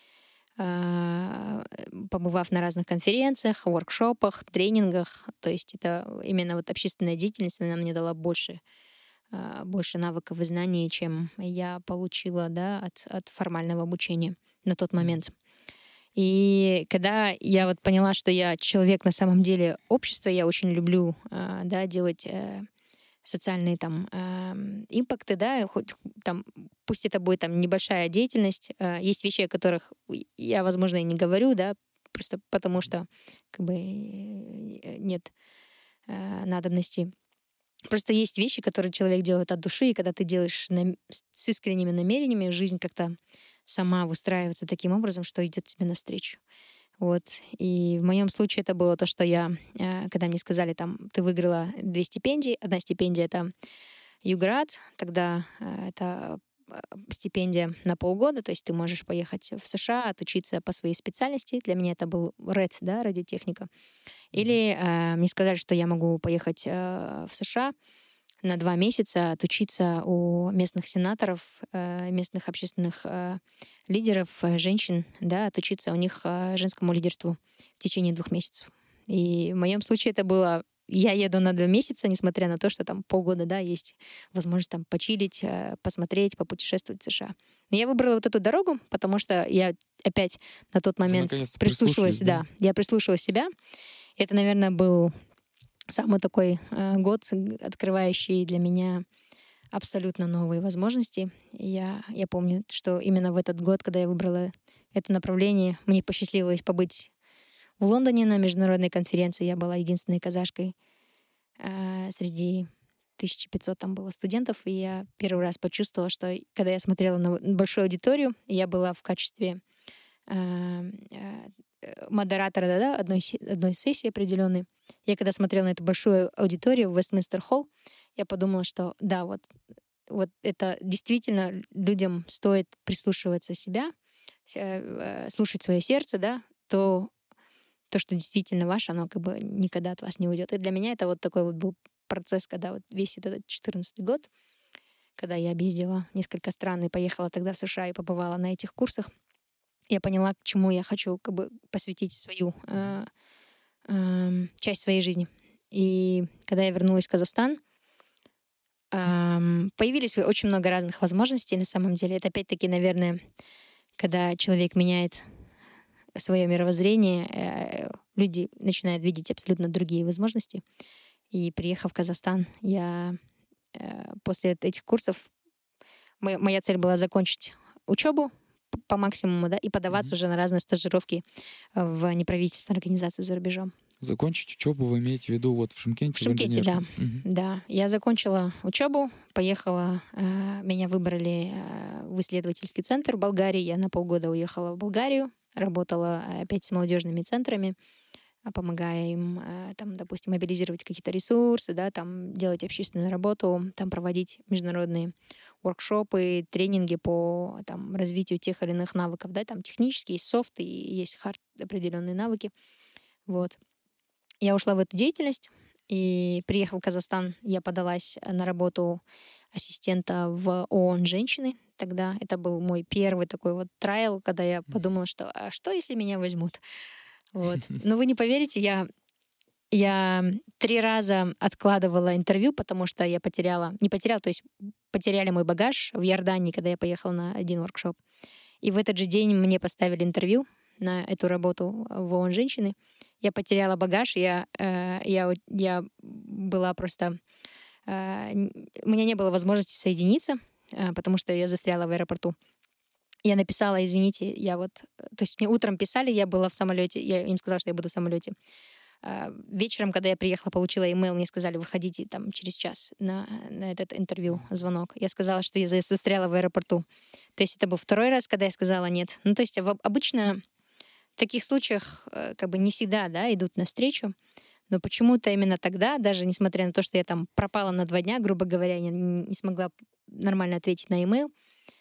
побывав на разных конференциях, воркшопах, тренингах. То есть это именно вот общественная деятельность, она мне дала больше навыков и знаний, чем я получила, да, от формального обучения на тот момент. И когда я вот поняла, что я человек на самом деле общества, я очень люблю, да, делать социальные там импакты, да, хоть там, пусть это будет там небольшая деятельность, есть вещи, о которых я, возможно, и не говорю, да, просто потому что как бы нет надобности. Просто есть вещи, которые человек делает от души, и когда ты делаешь с искренними намерениями, жизнь как-то сама выстраивается таким образом, что идет тебе навстречу. Вот. И в моем случае это было то, что я, когда мне сказали, там, ты выиграла 2 стипендии, одна стипендия — это ЮГРАД, тогда это стипендия на полгода, то есть ты можешь поехать в США, отучиться по своей специальности. Для меня это был РЭД, да, радиотехника. Или мне сказали, что я могу поехать в США на 2 месяца, отучиться у местных сенаторов, местных общественных лидеров, женщин, да, отучиться у них женскому лидерству в течение 2 месяцев. И в моем случае это было... Я еду на 2 месяца, несмотря на то, что там полгода, да, есть возможность там почилить, посмотреть, попутешествовать в США. Но я выбрала вот эту дорогу, потому что я опять на тот момент прислушалась, да, я прислушалась себя. Это, наверное, был самый такой год, открывающий для меня абсолютно новые возможности. Я помню, что именно в этот год, когда я выбрала это направление, мне посчастливилось побыть в Лондоне на международной конференции. Я была единственной казашкой среди 1500 там было студентов, и я первый раз почувствовала, что когда я смотрела на большую аудиторию, я была в качестве модератора, да, одной сессии определенной. Я когда смотрела на эту большую аудиторию в Вестминстер-холл, я подумала, что да, вот это действительно людям стоит прислушиваться себя, слушать свое сердце, да, то, что действительно ваше, оно как бы никогда от вас не уйдет. И для меня это вот такой вот был процесс, когда вот весь этот 2014 год, когда я объездила несколько стран и поехала тогда в США и побывала на этих курсах, я поняла, к чему я хочу как бы посвятить свою часть своей жизни. И когда я вернулась в Казахстан, появились очень много разных возможностей на самом деле. Это опять-таки, наверное, когда человек меняет свое мировоззрение, люди начинают видеть абсолютно другие возможности. И приехав в Казахстан, я после этих курсов моя цель была закончить учебу по максимуму, да, и подаваться уже на разные стажировки в неправительственные организации за рубежом. Закончить учебу вы имеете в виду вот в Шымкенте? В Шымкенте, да. Да. Я закончила учебу, поехала, меня выбрали в исследовательский центр в Болгарии. Я на полгода уехала в Болгарию, работала опять с молодежными центрами, помогая им, там, допустим, мобилизировать какие-то ресурсы, да, там, делать общественную работу, там, проводить международные воркшопы, тренинги по там, развитию тех или иных навыков, да, там технические, есть софт и есть хард определенные навыки. Вот. Я ушла в эту деятельность, и приехав в Казахстан, я подалась на работу ассистента в ООН «Женщины». Тогда это был мой первый такой вот трайл, когда я подумала, что а что, если меня возьмут? Вот. Но вы не поверите, я 3 раза откладывала интервью, потому что я то есть потеряли мой багаж в Иордании, когда я поехала на один воркшоп. И в этот же день мне поставили интервью на эту работу в ООН «Женщины». Я потеряла багаж, я была просто... у меня не было возможности соединиться, потому что я застряла в аэропорту. Я написала, извините, То есть мне утром писали, я была в самолете, я им сказала, что я буду в самолете. Вечером, когда я приехала, получила имейл, мне сказали, выходите там через час на этот интервью, звонок. Я сказала, что я застряла в аэропорту. То есть это был второй раз, когда я сказала нет. Ну, то есть обычно в таких случаях как бы не всегда, да, идут навстречу. Но почему-то именно тогда, даже несмотря на то, что я там пропала на 2 дня, грубо говоря, я не смогла нормально ответить на имейл,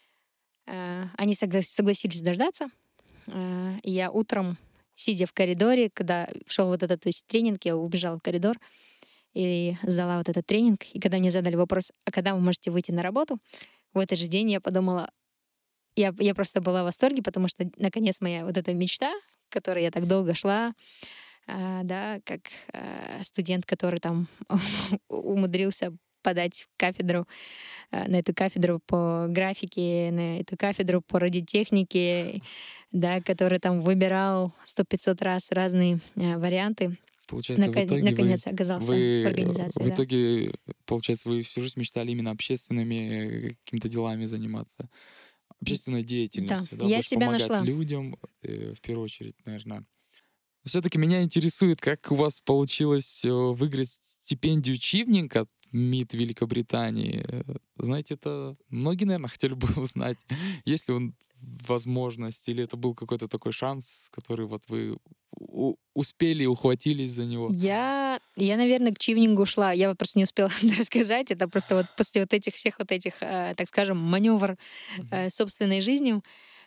они согласились дождаться. И я утром, сидя в коридоре, когда шел вот этот тренинг, я убежала в коридор и сдала вот этот тренинг. И когда мне задали вопрос, а когда вы можете выйти на работу, в этот же день я подумала, я просто была в восторге, потому что, наконец, моя вот эта мечта, к которой я так долго шла, да, как студент, который там умудрился подать кафедру, на эту кафедру по графике, на эту кафедру по радиотехнике, да, который там выбирал 100-500 раз разные варианты. Получается, наконец оказался в организации. В итоге, получается, вы всю жизнь мечтали именно общественными какими-то делами заниматься, общественной деятельностью, да, я больше себя помогать нашла. людям, в первую очередь, наверное. Все-таки меня интересует, как у вас получилось выиграть стипендию Чивнинг от МИД Великобритании. Знаете, это многие, наверное, хотели бы узнать, есть ли возможность, или это был какой-то такой шанс, который вот вы успели, ухватились за него? Я, наверное, к Чивнингу шла. Я вот просто не успела рассказать. Это просто вот после вот этих всех вот этих, так скажем, маневр собственной жизнью,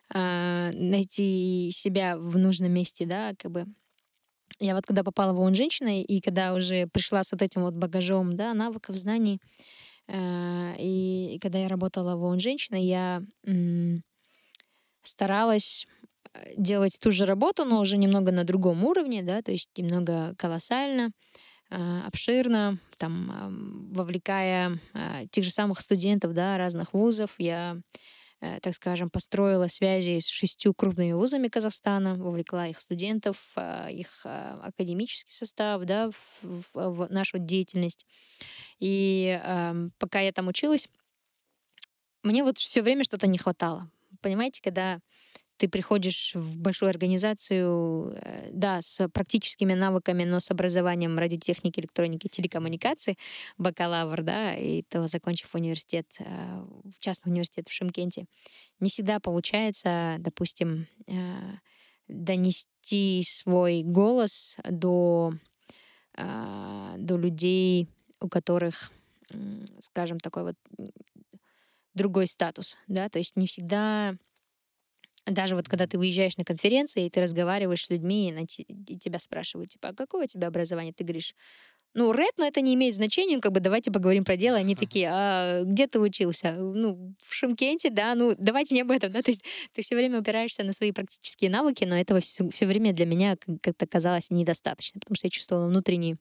найти себя в нужном месте, да, как бы. Я вот когда попала в ООН «Женщины», и когда уже пришла с вот этим вот багажом, да, навыков, знаний, и когда я работала в ООН «Женщины», я старалась делать ту же работу, но уже немного на другом уровне, да, то есть немного колоссально, обширно, там, вовлекая тех же самых студентов, да, разных вузов. Я так скажем, построила связи с 6 крупными вузами Казахстана, вовлекла их студентов, их академический состав, да, в нашу деятельность. И пока я там училась, мне вот все время что-то не хватало. Понимаете, когда ты приходишь в большую организацию, да, с практическими навыками, но с образованием радиотехники, электроники, телекоммуникаций, бакалавр, да, и то, закончив университет, частный университет в Шымкенте, не всегда получается, допустим, донести свой голос до людей, у которых, скажем, такой вот другой статус, да, то есть не всегда. Даже вот когда ты выезжаешь на конференции, и ты разговариваешь с людьми, и тебя спрашивают, типа, а какое у тебя образование? Ты говоришь, ну, рэд, но это не имеет значения, как бы давайте поговорим про дело. Они такие, а где ты учился? Ну, в Шымкенте, да, ну, давайте не об этом, да, то есть ты все время опираешься на свои практические навыки, но этого все время для меня как-то казалось недостаточно, потому что я чувствовала внутренний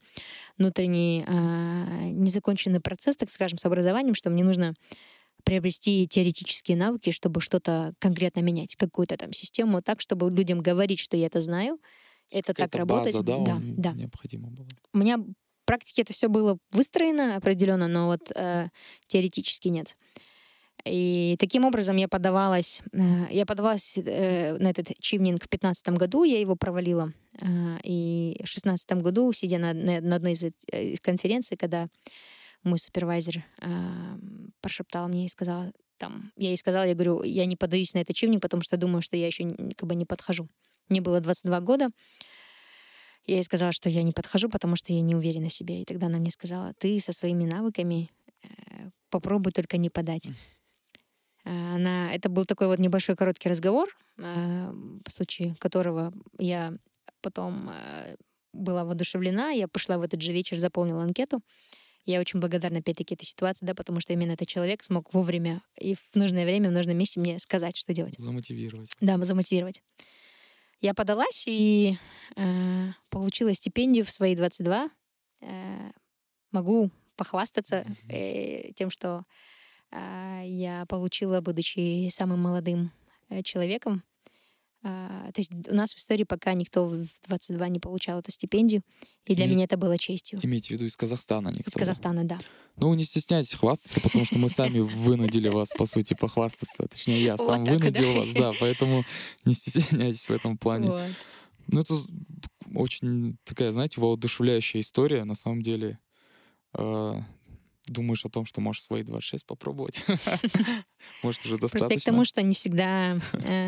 незаконченный процесс, так скажем, с образованием, что мне нужно приобрести теоретические навыки, чтобы что-то конкретно менять, какую-то там систему, так, чтобы людям говорить, что я это знаю, это так работать. База, да, да. необходимо было. У меня в практике это все было выстроено определенно, но вот теоретически нет. И таким образом я подавалась на этот чивнинг в 2015 году, я его провалила. И в 2016 году, сидя на одной из конференций, когда мой супервайзер прошептал мне и сказал, я говорю, я не подаюсь на этот чивник, потому что думаю, что я еще как бы не подхожу. Мне было 22 года. Я ей сказала, что я не подхожу, потому что я не уверена в себе. И тогда она мне сказала, ты со своими навыками попробуй только не подать. Это был такой вот небольшой короткий разговор, в случае которого я потом была воодушевлена. Я пошла в этот же вечер, заполнила анкету. Я очень благодарна, опять-таки, этой ситуации, да, потому что именно этот человек смог вовремя и в нужное время, в нужном месте мне сказать, что делать. Замотивировать. Да, замотивировать. Я подалась и получила стипендию в свои 22. Могу похвастаться тем, что я получила, будучи самым молодым человеком. То есть у нас в истории пока никто в 22 не получал эту стипендию, и для меня это было честью. Имейте в виду из Казахстана, Из Казахстана, да. Ну, не стесняйтесь хвастаться, потому что мы сами вынудили вас, по сути, похвастаться. Точнее, я сам вынудил вас, да, поэтому не стесняйтесь в этом плане. Ну, это очень такая, знаете, воодушевляющая история, на самом деле. Думаешь о том, что можешь свои 26 попробовать. Может, уже достаточно. Просто к тому, что не всегда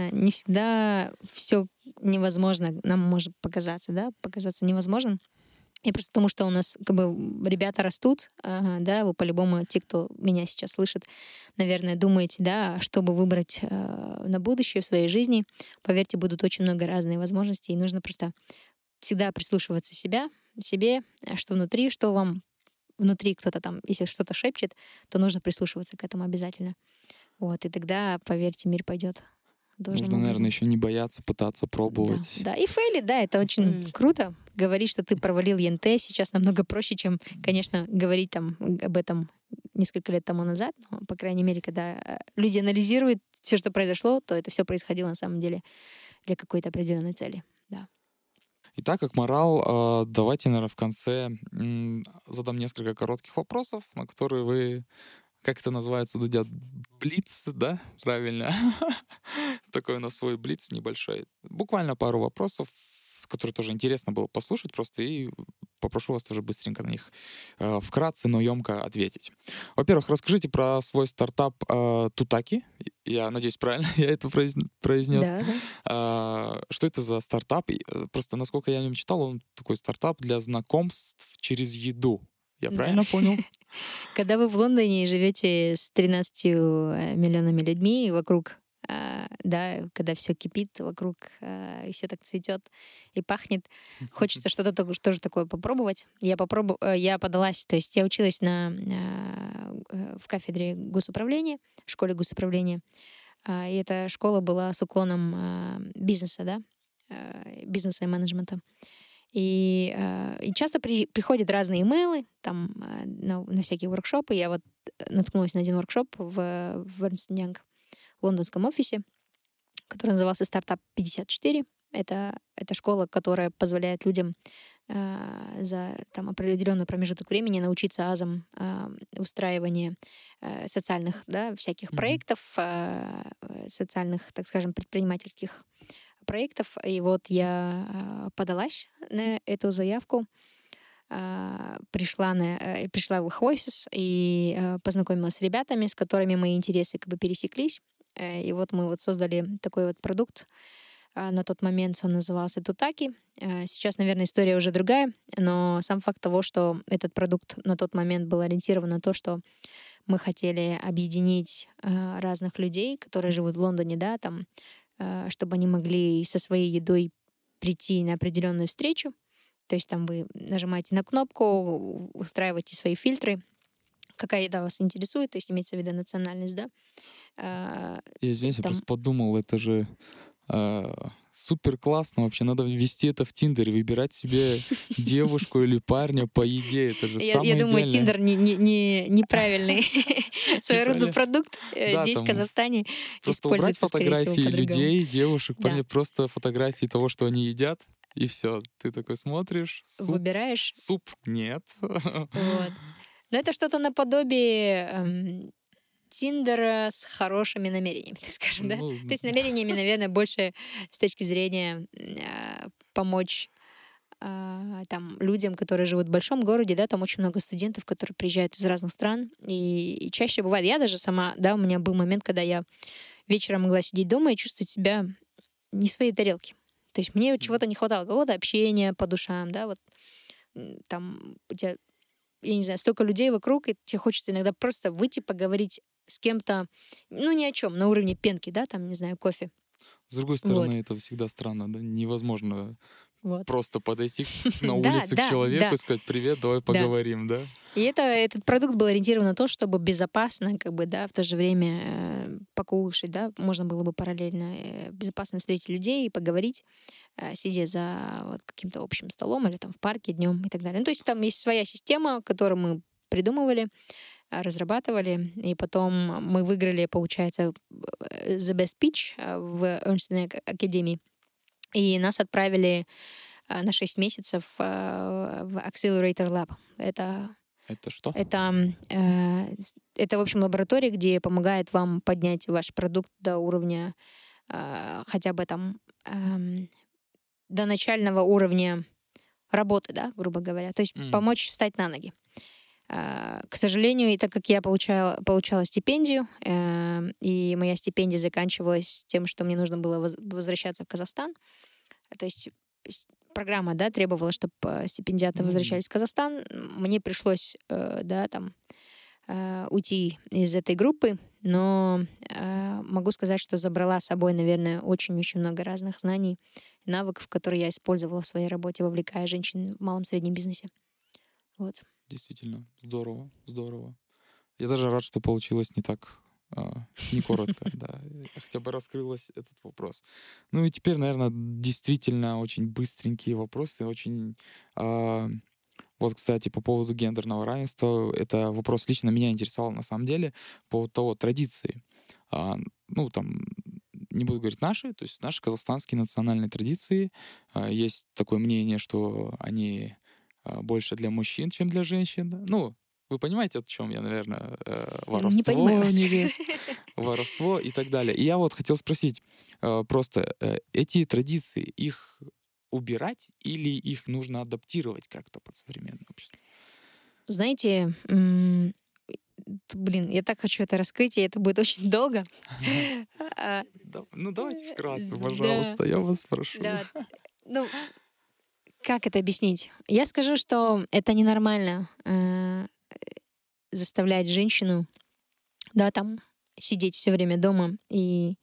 все невозможно нам может показаться, да, показаться невозможным. И просто потому, что у нас как бы ребята растут, да, вы по-любому, те, кто меня сейчас слышит, наверное, думаете, да, чтобы выбрать на будущее в своей жизни. Поверьте, будут очень много разных возможностей, и нужно просто всегда прислушиваться себе, что внутри, что вам внутри кто-то там, если что-то шепчет, то нужно прислушиваться к этому обязательно. Вот, и тогда, поверьте, мир пойдет. Нужно, наверное, еще не бояться, пытаться пробовать. Да, и фейлить, да, это очень круто. Говорить, что ты провалил ЕНТ, сейчас намного проще, чем, конечно, говорить там об этом несколько лет тому назад. Но, по крайней мере, когда люди анализируют все, что произошло, то это все происходило на самом деле для какой-то определенной цели. Да. Итак, Акмарал, давайте, наверное, в конце задам несколько коротких вопросов, на которые вы, как это называется, Дудя, блиц, да? Правильно. Такой у нас свой блиц небольшой. Буквально пару вопросов, которые тоже интересно было послушать просто, и попрошу вас тоже быстренько на них вкратце, но емко ответить. Во-первых, расскажите про свой стартап Тутаки. Я надеюсь, правильно я это произнес. Да. Что это за стартап? Просто, насколько я о нем читал, он такой стартап для знакомств через еду. Я правильно понял? Когда вы в Лондоне живете с 13 миллионами людьми вокруг, да, когда все кипит вокруг, и все так цветет и пахнет, хочется что-то тоже такое попробовать. Я подалась, то есть я училась в кафедре госуправления, в школе госуправления, и эта школа была с уклоном бизнеса, да, бизнеса и менеджмента. И часто приходят разные имейлы там на всякие воркшопы. Я вот наткнулась на один воркшоп в Ernst & Young лондонском офисе, который назывался «Стартап 54». Это школа, которая позволяет людям за там определенный промежуток времени научиться азам выстраивания социальных, да, всяких проектов, социальных, так скажем, предпринимательских проектов. И вот я подалась на эту заявку, пришла в их офис и познакомилась с ребятами, с которыми мои интересы как бы пересеклись. И вот мы вот создали такой вот продукт. На тот момент он назывался Тутаки. Сейчас, наверное, история уже другая, но сам факт того, что этот продукт на тот момент был ориентирован на то, что мы хотели объединить разных людей, которые живут в Лондоне, да, там, чтобы они могли со своей едой прийти на определенную встречу. То есть там вы нажимаете на кнопку, устраиваете свои фильтры, какая еда вас интересует, то есть имеется в виду национальность, да. Я, извините, я просто подумал, это же супер классно вообще. Надо ввести это в Тиндере, выбирать себе девушку или парня по еде. Это же самое идеальное. Я думаю, Тиндер неправильный своеобразный продукт здесь, в Казахстане. Просто убрать фотографии людей, девушек, парней, просто фотографии того, что они едят, и все. Ты такой смотришь, выбираешь. Суп нет. Вот. Но это что-то наподобие Тиндера с хорошими намерениями, так скажем, да? То есть намерениями, наверное, больше с точки зрения помочь там людям, которые живут в большом городе, да, там очень много студентов, которые приезжают из разных стран, и чаще бывает, я даже сама, да, у меня был момент, когда я вечером могла сидеть дома и чувствовать себя не в своей тарелке. То есть мне чего-то не хватало, какого-то общения по душам, да, вот там у тебя, я не знаю, столько людей вокруг, и тебе хочется иногда просто выйти, поговорить с кем-то, ну, ни о чем, на уровне пенки, да, там, не знаю, кофе. С другой стороны, это всегда странно, да, невозможно просто подойти на улице к человеку и сказать: «Привет, давай поговорим», да? И этот продукт был ориентирован на то, чтобы безопасно, как бы, да, в то же время покушать, да, можно было бы параллельно безопасно встретить людей и поговорить, сидя за вот каким-то общим столом или там в парке днем и так далее. Ну, то есть там есть своя система, которую мы придумывали, разрабатывали, и потом мы выиграли, получается, The Best Pitch в Ernst & Young Академии, и нас отправили на 6 месяцев в Accelerator Lab. Это что? Это, в общем, лаборатория, где помогает вам поднять ваш продукт до уровня хотя бы там до начального уровня работы, да, грубо говоря. То есть помочь встать на ноги. К сожалению, и так как я получала стипендию, и моя стипендия заканчивалась тем, что мне нужно было возвращаться в Казахстан, то есть программа, да, требовала, чтобы стипендиаты возвращались в Казахстан, мне пришлось, да, там, уйти из этой группы, но могу сказать, что забрала с собой, наверное, очень-очень много разных знаний, навыков, которые я использовала в своей работе, вовлекая женщин в малом и среднем бизнесе. Вот. Действительно, здорово. Я даже рад, что получилось не так, не коротко, да. Хотя бы раскрылось этот вопрос. Ну и теперь, наверное, действительно очень быстренькие вопросы, очень... Вот, кстати, по поводу гендерного равенства, это вопрос лично меня интересовал на самом деле, по поводу того, традиции. Ну, там, не буду говорить наши, то есть наши казахстанские национальные традиции. Есть такое мнение, что они больше для мужчин, чем для женщин. Ну, вы понимаете, о чем я, наверное, воровство и так далее. И я вот хотел спросить, просто эти традиции, их убирать или их нужно адаптировать как-то под современное общество? Знаете, я так хочу это раскрыть, и это будет очень долго. Ну, давайте вкратце, пожалуйста, я вас прошу. Ну, как это объяснить? Я скажу, что это ненормально заставлять женщину, да, там, сидеть все время дома и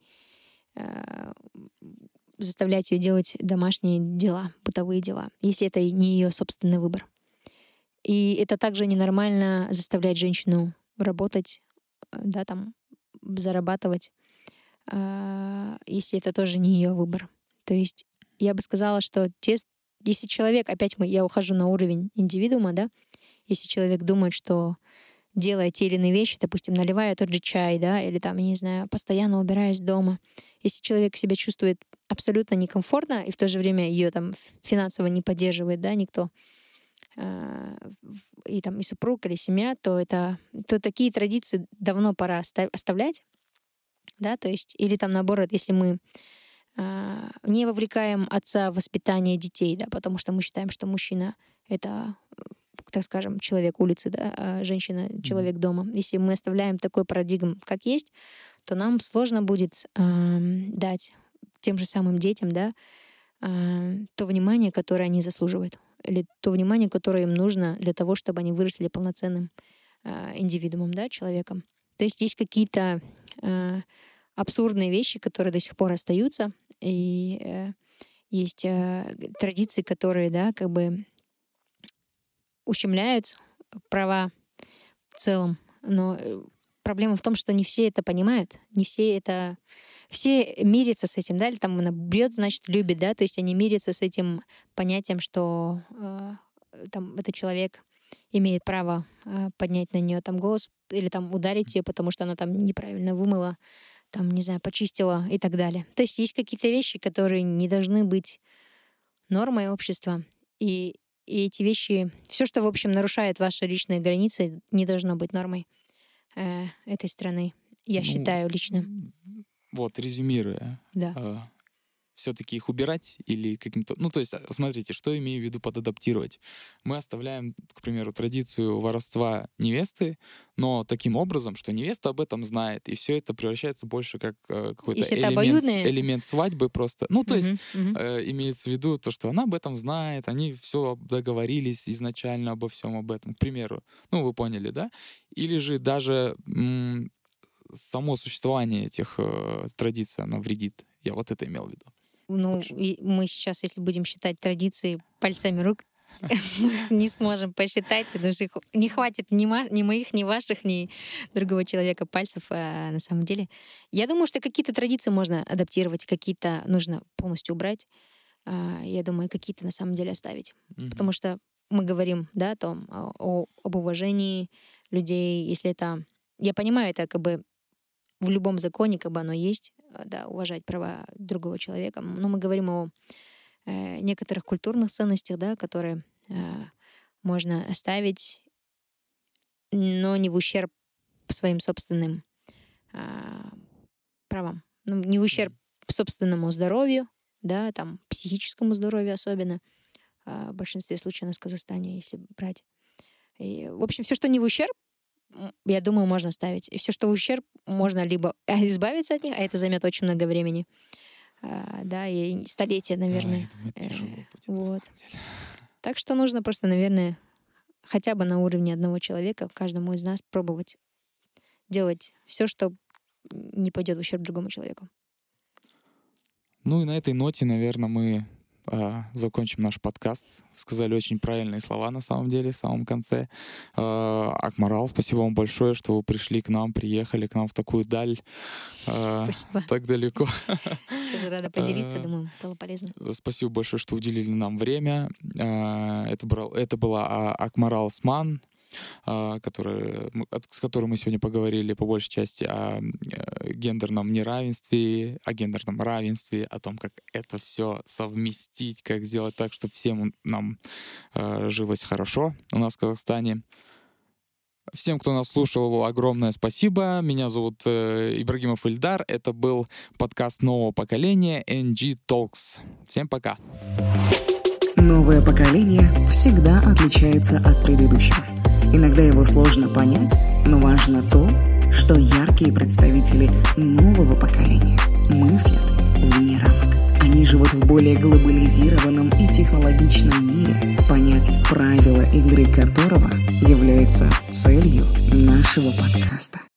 заставлять ее делать домашние дела, бытовые дела, если это не ее собственный выбор. И это также ненормально заставлять женщину работать, да, там, зарабатывать, если это тоже не ее выбор. То есть я бы сказала, что если человек, опять я ухожу на уровень индивидуума, да, если человек думает, что делая те или иные вещи, допустим, наливая тот же чай, да, или там, я не знаю, постоянно убираясь дома. Если человек себя чувствует абсолютно некомфортно и в то же время ее там финансово не поддерживает, да, никто, и там и супруг, или семья, то такие традиции давно пора оставлять, да, то есть, или там наоборот, если мы не вовлекаем отца в воспитание детей, да, потому что мы считаем, что мужчина — это, так скажем, человек улицы, да, а женщина — человек дома. Если мы оставляем такой парадигм, как есть, то нам сложно будет дать тем же самым детям, да, то внимание, которое они заслуживают, или то внимание, которое им нужно для того, чтобы они выросли полноценным индивидуумом, да, человеком. То есть есть какие-то абсурдные вещи, которые до сих пор остаются, и есть традиции, которые, да, как бы ущемляют права в целом. Но проблема в том, что не все это понимают, не все это... Все мирятся с этим, да, или там она бьет, значит, любит, да, то есть они мирятся с этим понятием, что там этот человек имеет право поднять на нее там голос или там ударить ее, потому что она там неправильно вымыла, там, не знаю, почистила и так далее. То есть есть какие-то вещи, которые не должны быть нормой общества, и эти вещи, все, что, в общем, нарушает ваши личные границы, не должно быть нормой этой страны, я считаю лично. Вот, резюмируя, да. Все-таки их убирать или каким-то... Ну, то есть, смотрите, что имею в виду под адаптировать. Мы оставляем, к примеру, традицию воровства невесты, но таким образом, что невеста об этом знает, и все это превращается больше как какой-то элемент свадьбы просто. Ну, то есть, имеется в виду то, что она об этом знает, они все договорились изначально обо всем об этом, к примеру. Ну, вы поняли, да? Или же даже... само существование этих традиций, оно вредит. Я вот это имел в виду. Ну, и мы сейчас, если будем считать традиции пальцами рук, не сможем посчитать, потому что не хватит ни моих, ни ваших, ни другого человека пальцев на самом деле. Я думаю, что какие-то традиции можно адаптировать, какие-то нужно полностью убрать. Я думаю, какие-то на самом деле оставить. Потому что мы говорим, да, об уважении людей, если это... Я понимаю, это как бы в любом законе как бы оно есть, да, уважать права другого человека. Но мы говорим о некоторых культурных ценностях, да, которые можно оставить, но не в ущерб своим собственным правам. Ну, не в ущерб собственному здоровью, да, там, психическому здоровью особенно. В большинстве случаев у нас в Казахстане, если брать. И, в общем, все, что не в ущерб, я думаю, можно ставить. И все, что в ущерб, можно либо избавиться от них, а это займет очень много времени. Да, и столетия, наверное. Да, я думаю, тяжело будет, вот. Так что нужно просто, наверное, хотя бы на уровне одного человека, каждому из нас пробовать делать все, что не пойдет в ущерб другому человеку. Ну и на этой ноте, наверное, мы закончим наш подкаст. Сказали очень правильные слова, на самом деле, в самом конце. Акмарал, спасибо вам большое, что вы пришли к нам, приехали к нам в такую даль. Спасибо. Так далеко. Тоже рада поделиться, думаю, было полезно. Спасибо большое, что уделили нам время. Это была Акмарал Осман, с которой мы сегодня поговорили по большей части о гендерном неравенстве, о гендерном равенстве, о том, как это все совместить, как сделать так, чтобы всем нам жилось хорошо у нас в Казахстане. Всем, кто нас слушал, огромное спасибо. Меня зовут Ибрагимов Ильдар. Это был подкаст нового поколения NG Talks. Всем пока. Новое поколение всегда отличается от предыдущего. Иногда его сложно понять, но важно то, что яркие представители нового поколения мыслят вне рамок. Они живут в более глобализированном и технологичном мире, понять правила игры которого является целью нашего подкаста.